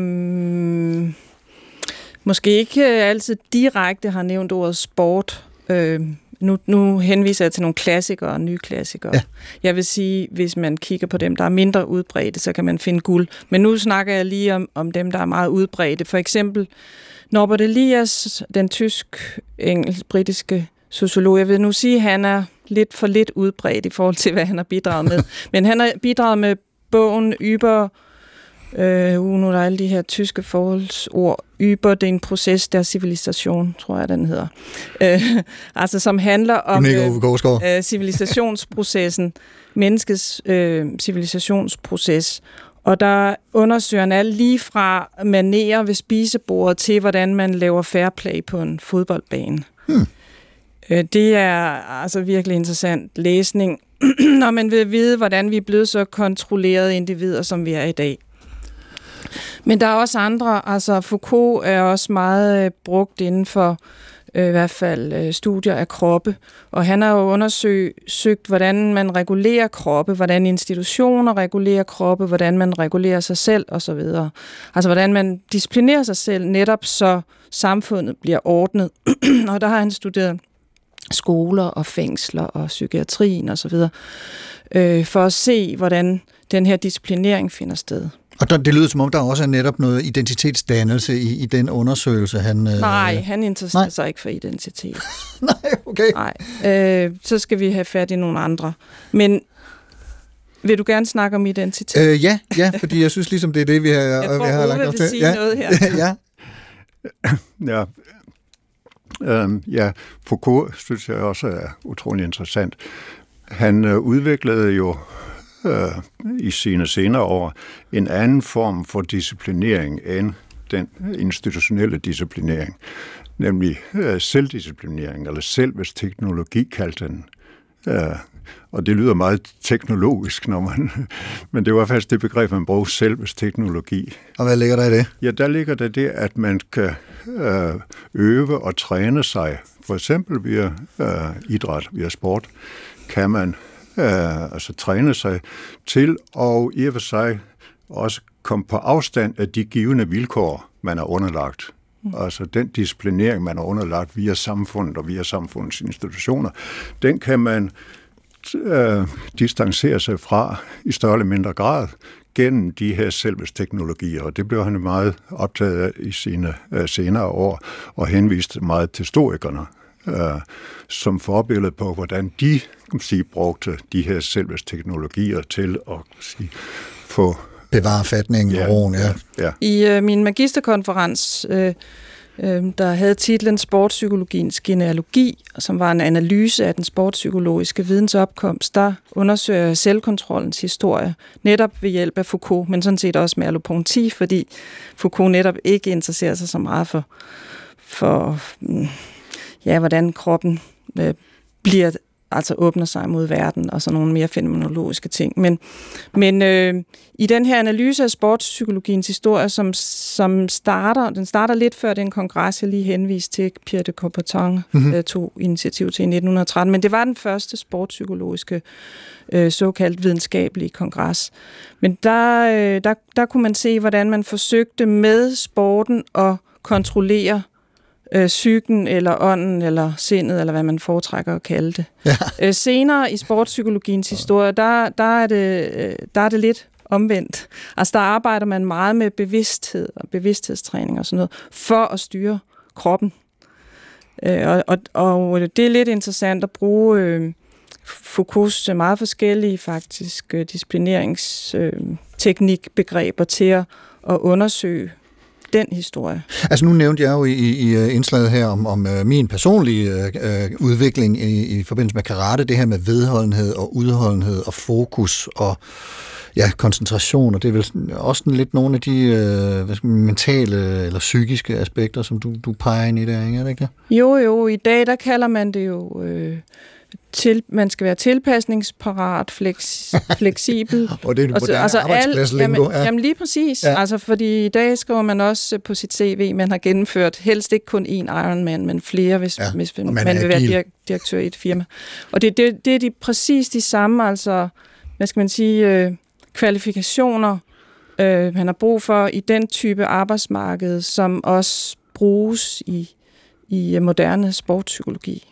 måske ikke altid direkte har nævnt ordet sport. Øh, nu, nu henviser jeg til nogle klassikere og nye klassikere. Ja. Jeg vil sige, hvis man kigger på dem, der er mindre udbredte, så kan man finde guld. Men nu snakker jeg lige om, om dem, der er meget udbredte. For eksempel Norbert Elias, den tysk-engelsk-britiske sociolog. Jeg vil nu sige, at han er lidt for lidt udbredt i forhold til, hvad han har bidraget med. Men han har bidraget med bogen Über, øh, uh, nu er der alle de her tyske forholdsord, Über den Prozess der Civilisation, tror jeg, den hedder. Øh, altså, som handler om øh, øh, civilisationsprocessen, menneskets øh, civilisationsproces. Og der undersøger han alt lige fra manerer ved spisebordet til, hvordan man laver fair play på en fodboldbane. Hmm. Øh, det er altså virkelig interessant læsning, når man vil vide, hvordan vi er blevet så kontrollerede individer, som vi er i dag. Men der er også andre, altså Foucault er også meget øh, brugt inden for øh, i hvert fald øh, studier af kroppe, og han har jo undersøgt, hvordan man regulerer kroppe, hvordan institutioner regulerer kroppe, hvordan man regulerer sig selv osv. Altså hvordan man disciplinerer sig selv, netop så samfundet bliver ordnet. Og der har han studeret skoler og fængsler og psykiatrien osv., øh, for at se, hvordan den her disciplinering finder sted. Og der, det lyder som om, der også er netop noget identitetsdannelse i, i den undersøgelse, han... Nej, øh... han interesserer sig ikke for identitet. Nej, okay. Nej, øh, så skal vi have fat i nogle andre. Men vil du gerne snakke om identitet? Øh, ja, ja, fordi jeg synes ligesom, det er det, vi har, jeg tror, vi har lagt op til. Jeg tror, Ove vil sige ja. noget ja. her. ja. Øhm, ja, Foucault synes jeg også er utrolig interessant. Han øh, udviklede jo øh, i sine senere år en anden form for disciplinering end den institutionelle disciplinering, nemlig øh, selvdisciplinering, eller selvsteknologi kaldte den. Øh, og det lyder meget teknologisk, når man, men det var faktisk det begreb, man brugte, selvsteknologi. Og hvad ligger der i det? Ja, der ligger der det, at man kan øh, øve og træne sig, for eksempel via øh, idræt, via sport, kan man øh, altså træne sig til og i og for sig også komme på afstand af de givende vilkår, man er underlagt. Mm. Altså den disciplinering, man er underlagt via samfundet og via samfundets institutioner, den kan man øh, distancere sig fra i større eller mindre grad gennem de her selvsteknologier, og det blev han meget optaget af i sine øh, senere år, og henviste meget til stoikerne øh, som forbillede på, hvordan de kan man sige, brugte de her selvsteknologier til at sige, få bevare fatningen og roen, ja. ja. I øh, min magisterkonferens, øh, øh, der havde titlen Sportspsykologiens genealogi, som var en analyse af den sportspsykologiske vidensopkomst, der undersøger jeg selvkontrollens historie, netop ved hjælp af Foucault, men sådan set også med Merleau-Ponty, fordi Foucault netop ikke interesserer sig så meget for, for ja, hvordan kroppen øh, bliver altså åbner sig mod verden, og så nogle mere fænomenologiske ting. Men, men øh, i den her analyse af sportspsykologiens historie, som, som starter, den starter lidt før den kongres, jeg lige henviste til, Pierre de Coubertin mm-hmm. øh, tog initiativ til i nitten tretten, men det var den første sportspsykologiske, øh, såkaldt videnskabelige kongres. Men der, øh, der, der kunne man se, hvordan man forsøgte med sporten at kontrollere Øh, psyken, eller ånden, eller sindet, eller hvad man foretrækker at kalde det. Ja. Øh, senere i sportspsykologiens historie, der, der, er det, øh, der er det lidt omvendt. Altså, der arbejder man meget med bevidsthed og bevidsthedstræning og sådan noget, for at styre kroppen. Øh, og, og, og det er lidt interessant at bruge øh, Foucaults meget forskellige faktisk disciplineringsteknikbegreber til at, at undersøge den historie. Altså nu nævnte jeg jo i, i indslaget her om, om uh, min personlige uh, udvikling i, i forbindelse med karate, det her med vedholdenhed og udholdenhed og fokus og ja, koncentration, og det er vel også lidt nogle af de uh, hvad skal man, mentale eller psykiske aspekter, som du, du peger ind i der, ikke? Er det ikke det? Jo, jo. I dag, der kalder man det jo... Øh Til, man skal være tilpasningsparat, fleks, fleksibel. og det er og så, altså arbejdspladslingo. Jamen, ja. jamen lige præcis. Ja. Altså, fordi i dag skriver man også på sit C V, man har gennemført helst ikke kun én Ironman, men flere, hvis, ja. hvis man, man vil agil. være direktør i et firma. Og det, det, det er de, præcis de samme, altså, hvad skal man sige, øh, kvalifikationer, øh, man har brug for i den type arbejdsmarked, som også bruges i, i moderne sportspsykologi.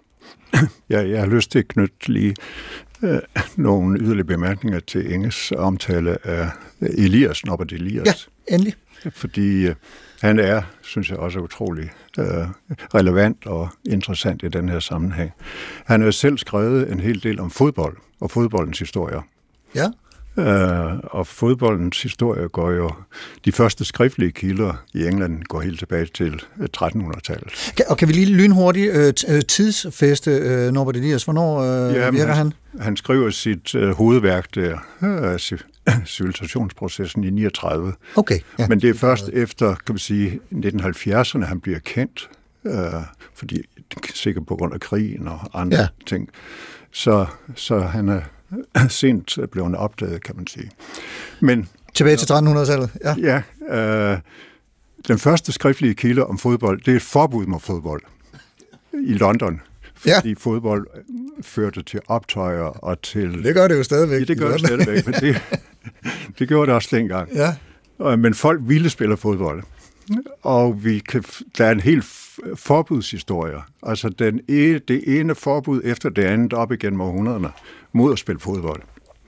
Ja, jeg har lyst til at knytte lige øh, nogle yderligere bemærkninger til Inges omtale af Elias, Norbert Elias. Ja, endelig. Fordi øh, han er, synes jeg, også utrolig øh, relevant og interessant i den her sammenhæng. Han har selv skrevet en hel del om fodbold og fodboldens historier. Ja. Uh, og fodboldens historie går jo, de første skriftlige kilder i England går helt tilbage til trettenhundredetallet. Og kan vi lige lynhurtigt uh, tidsfeste uh, Norbert Elias? Hvornår uh, ja, virker han? Han, han skriver sit uh, hovedværk der, uh, civilisationsprocessen i niogtredive. Okay. Ja. Men det er først efter, kan man sige, nitten halvfjerdserne, han bliver kendt, uh, fordi sikkert på grund af krigen og andre ja. ting. Så, så han er sent blevet opdaget, kan man sige. Men tilbage til trettenhundredetallet, ja. Ja, øh, den første skriftlige kilde om fodbold, det er et forbud mod fodbold i London, fordi ja. fodbold førte til optøjer og til... Det gør det jo stadigvæk. Ja, det gør det stadigvæk, men det, det gjorde det også dengang. Ja. Men folk ville spille fodbold, og vi kan, der er en helt forbudshistorie. Altså den ene, det ene forbud efter det andet op igennem århundrederne mod at spille fodbold.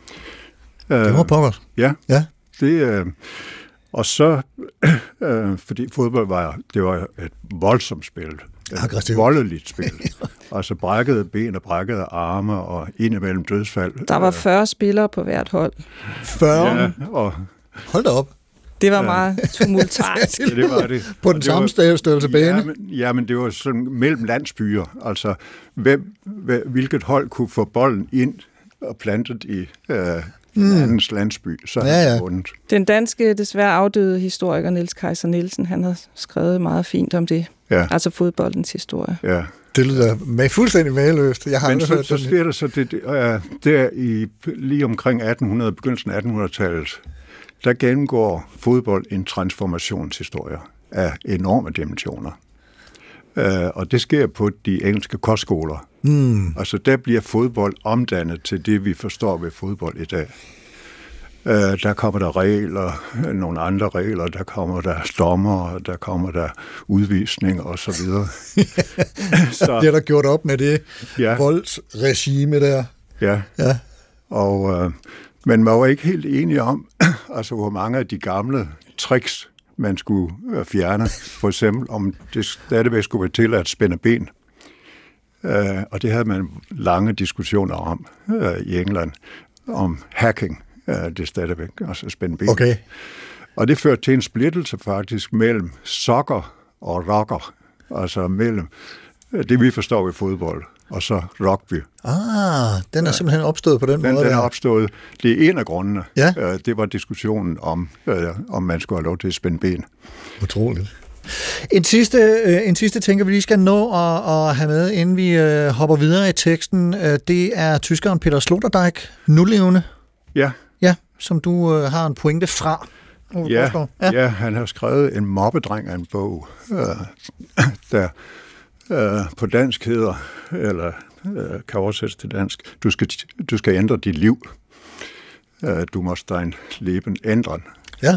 Det var pokkert. Ja, ja. Det, øh, og så, øh, fordi fodbold var, det var et voldsomt spil. Et voldeligt spil. Altså brækkede ben og brækkede arme og indimellem dødsfald. Der var fyrre spillere på hvert hold. fyrre? Ja, og... Hold da op. Det var meget tumultarisk. Ja, det var det. På den samme størrelse bane? Ja, men, ja, men det var sådan mellem landsbyer. Altså, hvem, hvilket hold kunne få bolden ind og plantet i øh, mm. andens landsby, så ja, ja. Vundet. Den danske, desværre afdøde historiker Niels Kaiser Nielsen, han har skrevet meget fint om det. Ja. Altså fodboldens historie. Ja. Det lyder med fuldstændig mageløst. Jeg har men så, hørt så sker der så det, det uh, der i lige omkring atten hundrede, begyndelsen af attenhundredetallet, der gennemgår fodbold en transformationshistorie af enorme dimensioner. Uh, og det sker på de engelske kostskoler. Mm. Altså der bliver fodbold omdannet til det, vi forstår ved fodbold i dag. Uh, der kommer der regler, nogle andre regler, der kommer der dommer, der kommer der udvisning og så videre. Så, det er der gjort op med det ja. voldsregime der. Ja, ja. Og, uh, men man var ikke helt enige om, altså hvor mange af de gamle tricks, man skulle uh, fjerne. For eksempel, om det stadigvæk skulle være til at spænde ben. Uh, og det havde man lange diskussioner om uh, i England, om hacking. Ja, det er stadigvæk, altså spænde ben. Okay. Og det førte til en splittelse faktisk mellem soccer og rocker. Altså mellem det, vi forstår ved fodbold, og så rugby. Ah, den er ja. simpelthen opstået på den, den måde. Den er opstået. Det er en af grundene. Ja. Det var diskussionen om, om man skulle have lov til at spænde ben. Utroligt. En sidste, en sidste ting, vi lige skal nå at, at have med, inden vi hopper videre i teksten, det er tyskeren Peter Sloterdijk, nulevende. Ja. Ja, som du øh, har en pointe fra. Ja, ja. ja, han har skrevet en mobbedreng af en bog, øh, der øh, på dansk hedder, eller øh, kan oversættes til dansk, du skal, du skal ændre dit liv. Øh, du må dein Leben ändern. Ja.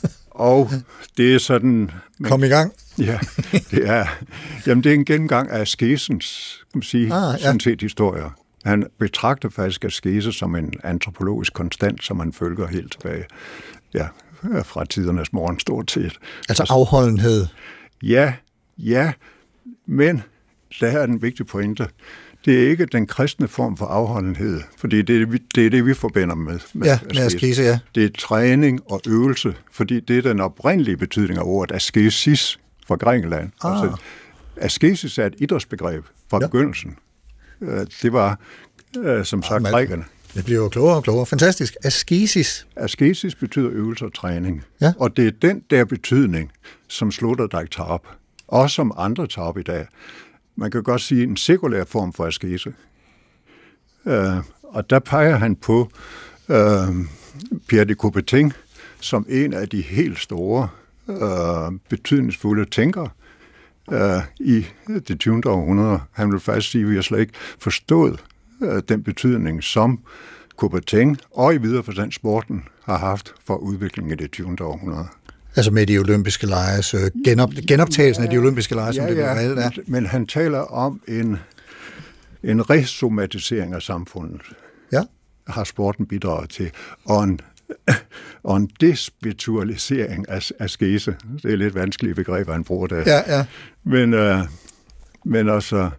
Og det er sådan... Men, Kom i gang. Ja, det er, jamen, det er en gennemgang af askesens, kan man sige, ah, ja. sådan set historier. Han betragter faktisk askese som en antropologisk konstant, som han følger helt tilbage ja, fra tidernes morgen stort set. Altså afholdenhed? Ja, ja, men der er en vigtig pointe. det er ikke den kristne form for afholdenhed, fordi det er det, det, er det vi forbinder med, med ja, med askese, ja. Det er træning og øvelse, fordi det er den oprindelige betydning af ordet askesis fra Grækenland. Ah. Altså, askesis er et idrætsbegreb fra ja. begyndelsen. Det var, som sagt, ah, grækerne. Det bliver jo klogere og klogere. Fantastisk. Askesis. Askesis betyder øvelse og træning. Ja. Og det er den der betydning, som Sloterdijk tager op. Også som andre tager op i dag. Man kan godt sige en sekulær form for askese. Uh, og der peger han på uh, Pierre de Coubertin som en af de helt store, uh, betydningsfulde tænkere uh, i det tyvende århundrede. Han vil faktisk sige, at vi har slet ikke forstået uh, den betydning, som Coubertin og i videre forstand sporten har haft for udviklingen i det tyvende århundrede. Altså med de olympiske lege, så genop, genoptagelsen af de olympiske lege, som ja, det bliver ja, valgt af. Men han taler om en, en resomatisering af samfundet. Ja. Har sporten bidraget til. Og en, og en despiritualisering af askese. Det er lidt vanskelige begreber, han bruger der. Ja, ja. Men, øh, men altså,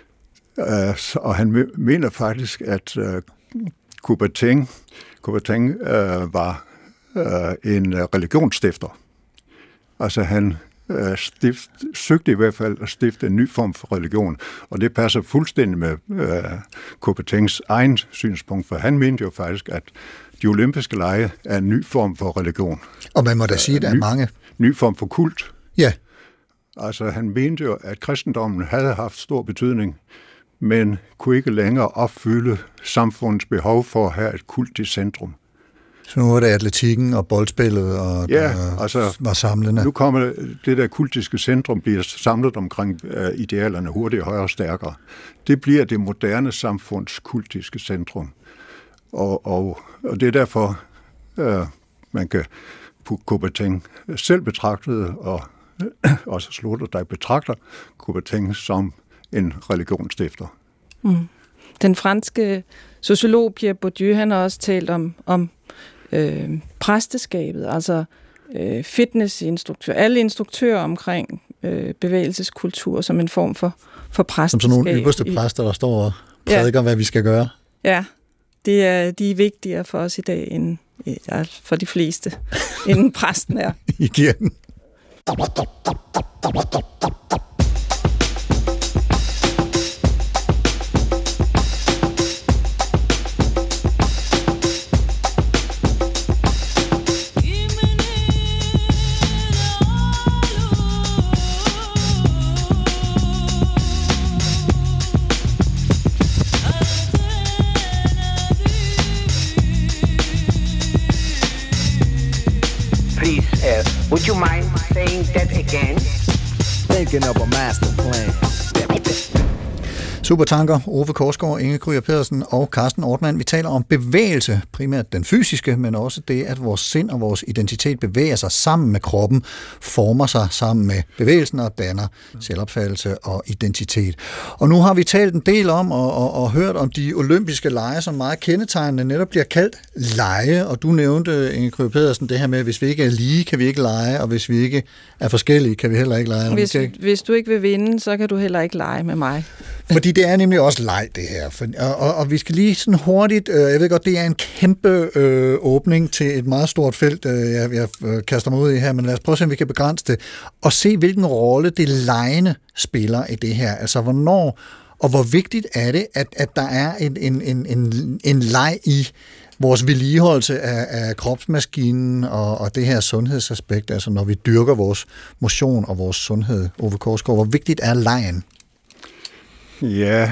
øh, og han mener faktisk, at øh, Coubertin, Coubertin øh, var øh, en religionsstifter. Altså han øh, stift, søgte i hvert fald at stifte en ny form for religion, og det passer fuldstændig med øh, Coubertins egen synspunkt, for han mente jo faktisk, at de olympiske lege er en ny form for religion. Og man må da sige, at der er mange. Ny form for kult. Ja. Altså han mente jo, at kristendommen havde haft stor betydning, men kunne ikke længere opfylde samfundets behov for at have et kult i centrum. Så nu er det atletikken og boldspillet, og ja, der altså, var samlende. Nu kommer det der kultiske centrum, bliver samlet omkring uh, idealerne hurtigere, højere og stærkere. Det bliver det moderne samfunds kultiske centrum. Og, og, og det er derfor, uh, man kan Coubertin selv betragtede, og uh, også Sloterdijk betragter Coubertin som en religionsstifter. Mm. Den franske sociolog Pierre Bourdieu, han har også talt om, om øh, præsteskabet, altså øh, fitnessinstruktør, alle instruktører omkring øh, bevægelseskultur som en form for, for præsteskab. Som sådan nogle ypperste præster, der står og prædiker, ja. hvad vi skal gøre. Ja, det er, de er vigtigere for os i dag, end ja, for de fleste, end præsten er. I kirken. Would you mind saying that again? Thinking of a master plan. Supertanker, Ove Korsgaard, Inge Krüger Pedersen og Carsten Ortmann. Vi taler om bevægelse, primært den fysiske, men også det, at vores sind og vores identitet bevæger sig sammen med kroppen, former sig sammen med bevægelsen og danner selvopfattelse og identitet. Og nu har vi talt en del om og, og, og hørt om de olympiske lege, som meget kendetegnende netop bliver kaldt lege, og du nævnte, Inge Krüger Pedersen, det her med, at hvis vi ikke er lige, kan vi ikke lege, og hvis vi ikke er forskellige, kan vi heller ikke lege. Hvis, hvis du ikke vil vinde, så kan du heller ikke lege med mig. Fordi det er nemlig også leg, det her. For, og, og, og vi skal lige sådan hurtigt, øh, jeg ved godt, det er en kæmpe øh, åbning til et meget stort felt, øh, jeg, jeg øh, kaster mig ud i her, men lad os prøve at se, om vi kan begrænse det, og se, hvilken rolle det legende spiller i det her. Altså, hvornår og hvor vigtigt er det, at, at der er en, en, en, en, en leg i vores vedligeholdelse af, af kropsmaskinen og, og det her sundhedsaspekt, altså når vi dyrker vores motion og vores sundhed. Ove Korsgaard, hvor vigtigt er legen? Ja,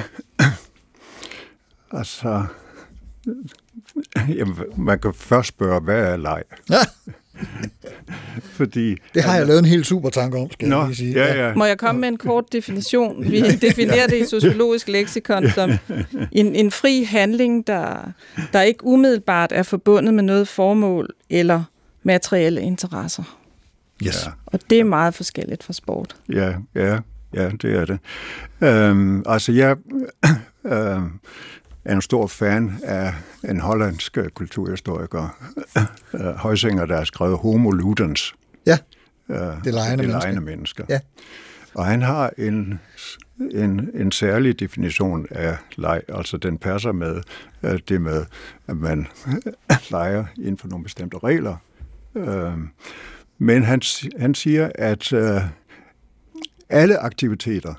altså, jamen, man kan først spørge, hvad er leg? Ja. Fordi, det har jeg lavet en helt super tanke om, skal Nå, jeg lige sige. Ja, ja. Må jeg komme med en kort definition? Vi definerer det i sociologisk leksikon som en, en fri handling, der, der ikke umiddelbart er forbundet med noget formål eller materielle interesser. Yes. Og det er meget forskelligt fra sport. Ja, ja. Ja, det er det. Øhm, altså, jeg øh, er en stor fan af en hollandsk kulturhistoriker, øh, Huizinga, der har skrevet Homo Ludens. Ja, øh, det legende mennesker. mennesker. Ja. Og han har en, en, en særlig definition af leg, altså den passer med uh, det med, at man leger inden for nogle bestemte regler. Uh, men han, han siger, at uh, alle aktiviteter,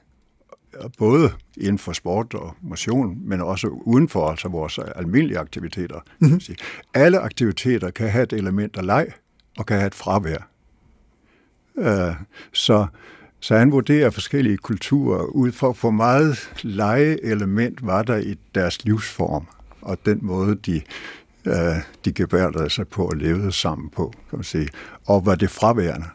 både inden for sport og motion, men også uden for altså vores almindelige aktiviteter. Mm-hmm. Alle aktiviteter kan have et element af leg, og kan have et fravær. Uh, så, så han vurderer forskellige kulturer ud for, hvor meget legeelement var der i deres livsform, og den måde, de, uh, de gebærdede sig på og levede sammen på, kan man sige. Og var det fraværende.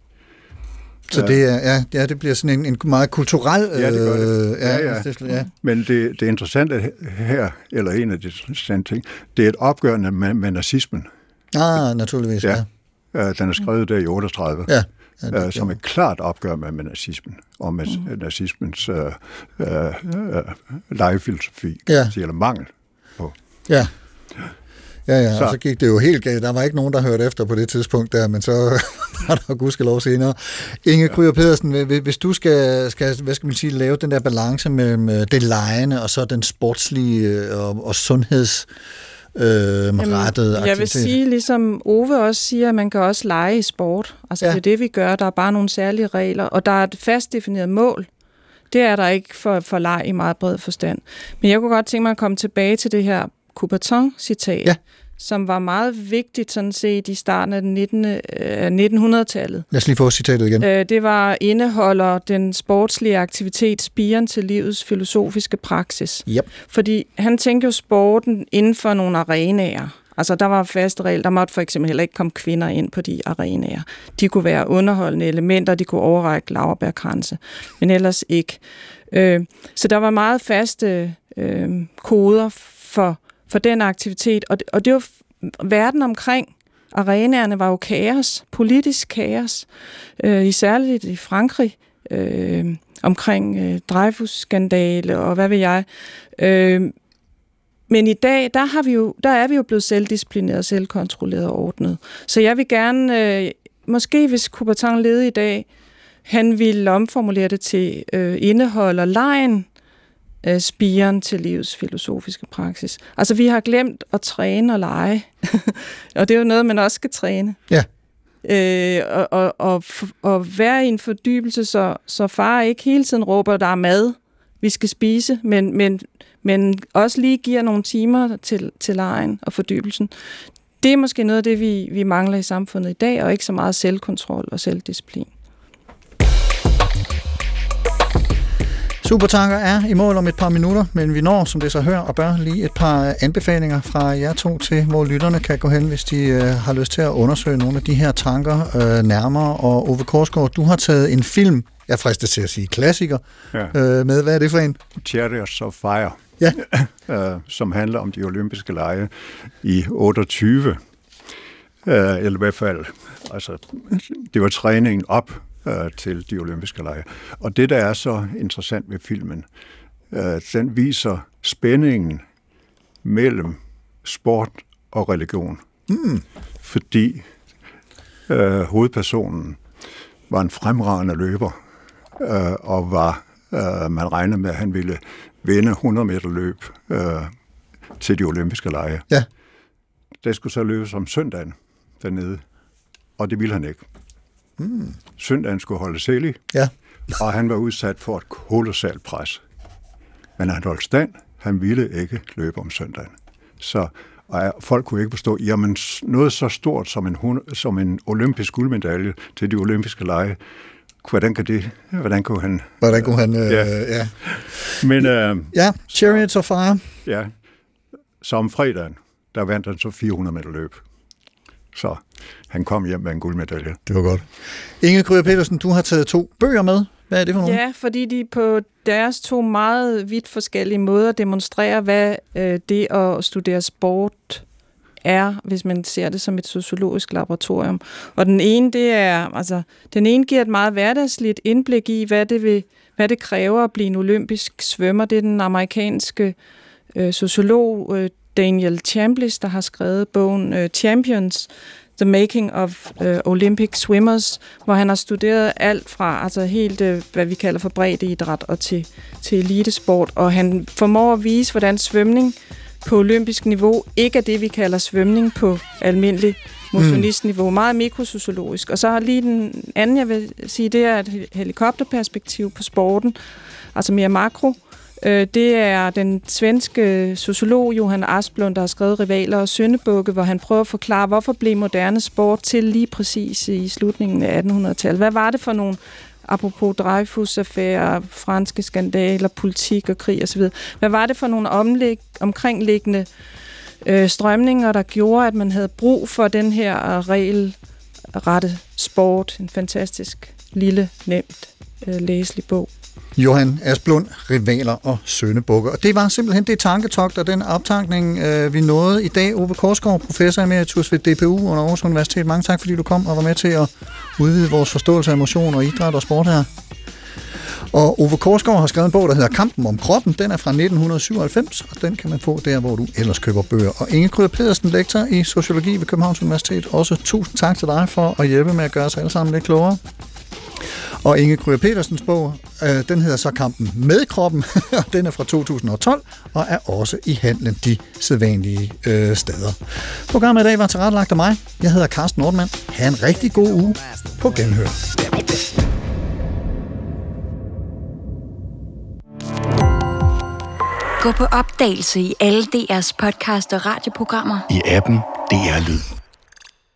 Så det, er, ja, ja, det bliver sådan en, en meget kulturel... Ja, det gør det. Øh, ja, ja, ja. Ja. Men det, det interessante her, eller en af de interessante ting, det er et opgør med, med nazismen. Ah, naturligvis, ja. ja. Den er skrevet der i otteogtredive, ja. Ja, som et klart opgør med, med nazismen, og med mm. nazismens øh, øh, øh, legefilosofi, ja. eller mangel på. Ja. Ja, ja, så. Og så gik det jo helt galt. Der var ikke nogen, der hørte efter på det tidspunkt der, men så var der gudskelov senere. Inge Krüger Pedersen, hvis du skal, skal, hvad skal man sige, lave den der balance mellem det legende og så den sportslige og, og sundheds øh, rettede aktivitet. Jeg vil sige, ligesom Ove også siger, at man kan også lege i sport. Altså ja. Det er det, vi gør. Der er bare nogle særlige regler, og der er et fast defineret mål. Det er der ikke for, for leg i meget bred forstand. Men jeg kunne godt tænke mig at komme tilbage til det her Coubertin-citat, ja. Som var meget vigtigt sådan set i starten af nitten hundrede-tallet. Lad os lige få citatet igen. Det var indeholder den sportslige aktivitet spiren til livets filosofiske praksis. Yep. Fordi han tænkte jo sporten inden for nogle arenaer. Altså der var faste regler. Der måtte for eksempel heller ikke komme kvinder ind på de arenaer. De kunne være underholdende elementer, de kunne overrække laurbærkranse, men ellers ikke. Så der var meget faste øh, koder for for den aktivitet, og det, og det var verden omkring arenaerne var jo kaos, politisk kaos, øh, isærligt i Frankrig, øh, omkring øh, Dreyfus-skandale og hvad ved jeg. Øh, men i dag, der, har vi jo, der er vi jo blevet selvdisciplineret, selvkontrolleret og ordnet. Så jeg vil gerne, øh, måske hvis Coubertin levede i dag, han ville omformulere det til øh, indhold og legen, spiren til livets filosofiske praksis. Altså, vi har glemt at træne og lege. Og det er jo noget, man også skal træne. Ja. Øh, og, og, og, og være i en fordybelse, så, så far ikke hele tiden råber, der er mad, vi skal spise, men, men, men også lige giver nogle timer til, til legen og fordybelsen. Det er måske noget af det, vi, vi mangler i samfundet i dag, og ikke så meget selvkontrol og selvdisciplin. Supertanker er i mål om et par minutter, men vi når, som det så hører og bør, lige et par anbefalinger fra jer to til, hvor lytterne kan gå hen, hvis de øh, har lyst til at undersøge nogle af de her tanker øh, nærmere. Og Ove Korsgaard, du har taget en film, jeg fristes til at sige klassiker, ja. øh, med. Hvad er det for en? Chariots of Fire, ja. øh, som handler om de olympiske lege i otteogtyve. Øh, eller i hvert fald, altså, det var træningen op til de olympiske lege. Og det, der er så interessant ved filmen, øh, den viser spændingen mellem sport og religion. Mm. Fordi øh, hovedpersonen var en fremragende løber, øh, og var, øh, man regnede med, at han ville vinde hundrede meter løb øh, til de olympiske lege. Ja. Det skulle så løbes om søndagen dernede, og det ville han ikke. Mm. Søndagen skulle holde hellig, ja. og han var udsat for et kolossalt pres. Men han holdt stand, han ville ikke løbe om søndagen. Så og folk kunne ikke forstå, jamen noget så stort som en, som en olympisk guldmedalje til de olympiske lege, hvordan kan det, hvordan kunne han... Hvordan kunne han, øh, ja. ja. Men, øh, ja, Chariots of Fire. Ja, så om fredagen, der vandt han så fire hundrede meter løb. Så han kom hjem med en guldmedalje. Det var godt. Inge Krüger Pedersen, du har taget to bøger med. Hvad er det for nogle? Ja, fordi de på deres to meget vidt forskellige måder demonstrerer, hvad øh, det at studere sport er, hvis man ser det som et sociologisk laboratorium. Og den ene, det er, altså, den ene giver et meget hverdagsligt indblik i, hvad det, vil, hvad det kræver at blive en olympisk svømmer. Det er den amerikanske øh, sociolog øh, Daniel Chambliss, der har skrevet bogen øh, Champions, The Making of uh, Olympic Swimmers, hvor han har studeret alt fra altså helt, uh, hvad vi kalder for breddeidræt og til, til elitesport, og han formår at vise, hvordan svømning på olympisk niveau ikke er det, vi kalder svømning på almindelig motionistniveau, mm. meget mikrosociologisk. Og så har lige den anden, jeg vil sige, det er et helikopterperspektiv på sporten, altså mere makro. Det er den svenske sociolog Johan Asplund, der har skrevet Rivaler og Syndebukke, hvor han prøver at forklare, hvorfor blev moderne sport til lige præcis i slutningen af attenhundredetallet. Hvad var det for nogle, apropos Dreyfus-affærer, franske skandaler, politik og krig osv., hvad var det for nogle omlæg, omkringliggende øh, strømninger, der gjorde, at man havde brug for den her regelrette sport, en fantastisk, lille, nemt øh, læselig bog. Johan Asplund, Rivaler og Søndebukke. Og det var simpelthen det tanketogt og den optankning, øh, vi nåede i dag. Ove Korsgaard, professor emeritus ved D P U under Aarhus Universitet. Mange tak, fordi du kom og var med til at udvide vores forståelse af motion og idræt og sport her. Og Ove Korsgaard har skrevet en bog, der hedder Kampen om kroppen. Den er fra nitten syvoghalvfems, og den kan man få der, hvor du ellers køber bøger. Og Inge Krüger Pedersen, lektor i sociologi ved Københavns Universitet. Også tusind tak til dig for at hjælpe med at gøre os alle sammen lidt klogere. Og Inge Krüger Pedersens bog, øh, den hedder så Kampen med kroppen, og den er fra to tusind og tolv, og er også i handlen de sædvanlige øh, steder. Programmet i dag var tilrettelagt af mig. Jeg hedder Carsten Nordmann. Ha' en rigtig god uge på genhør. Gå på opdagelse i alle D R's podcast og radioprogrammer. I appen D R Lyd.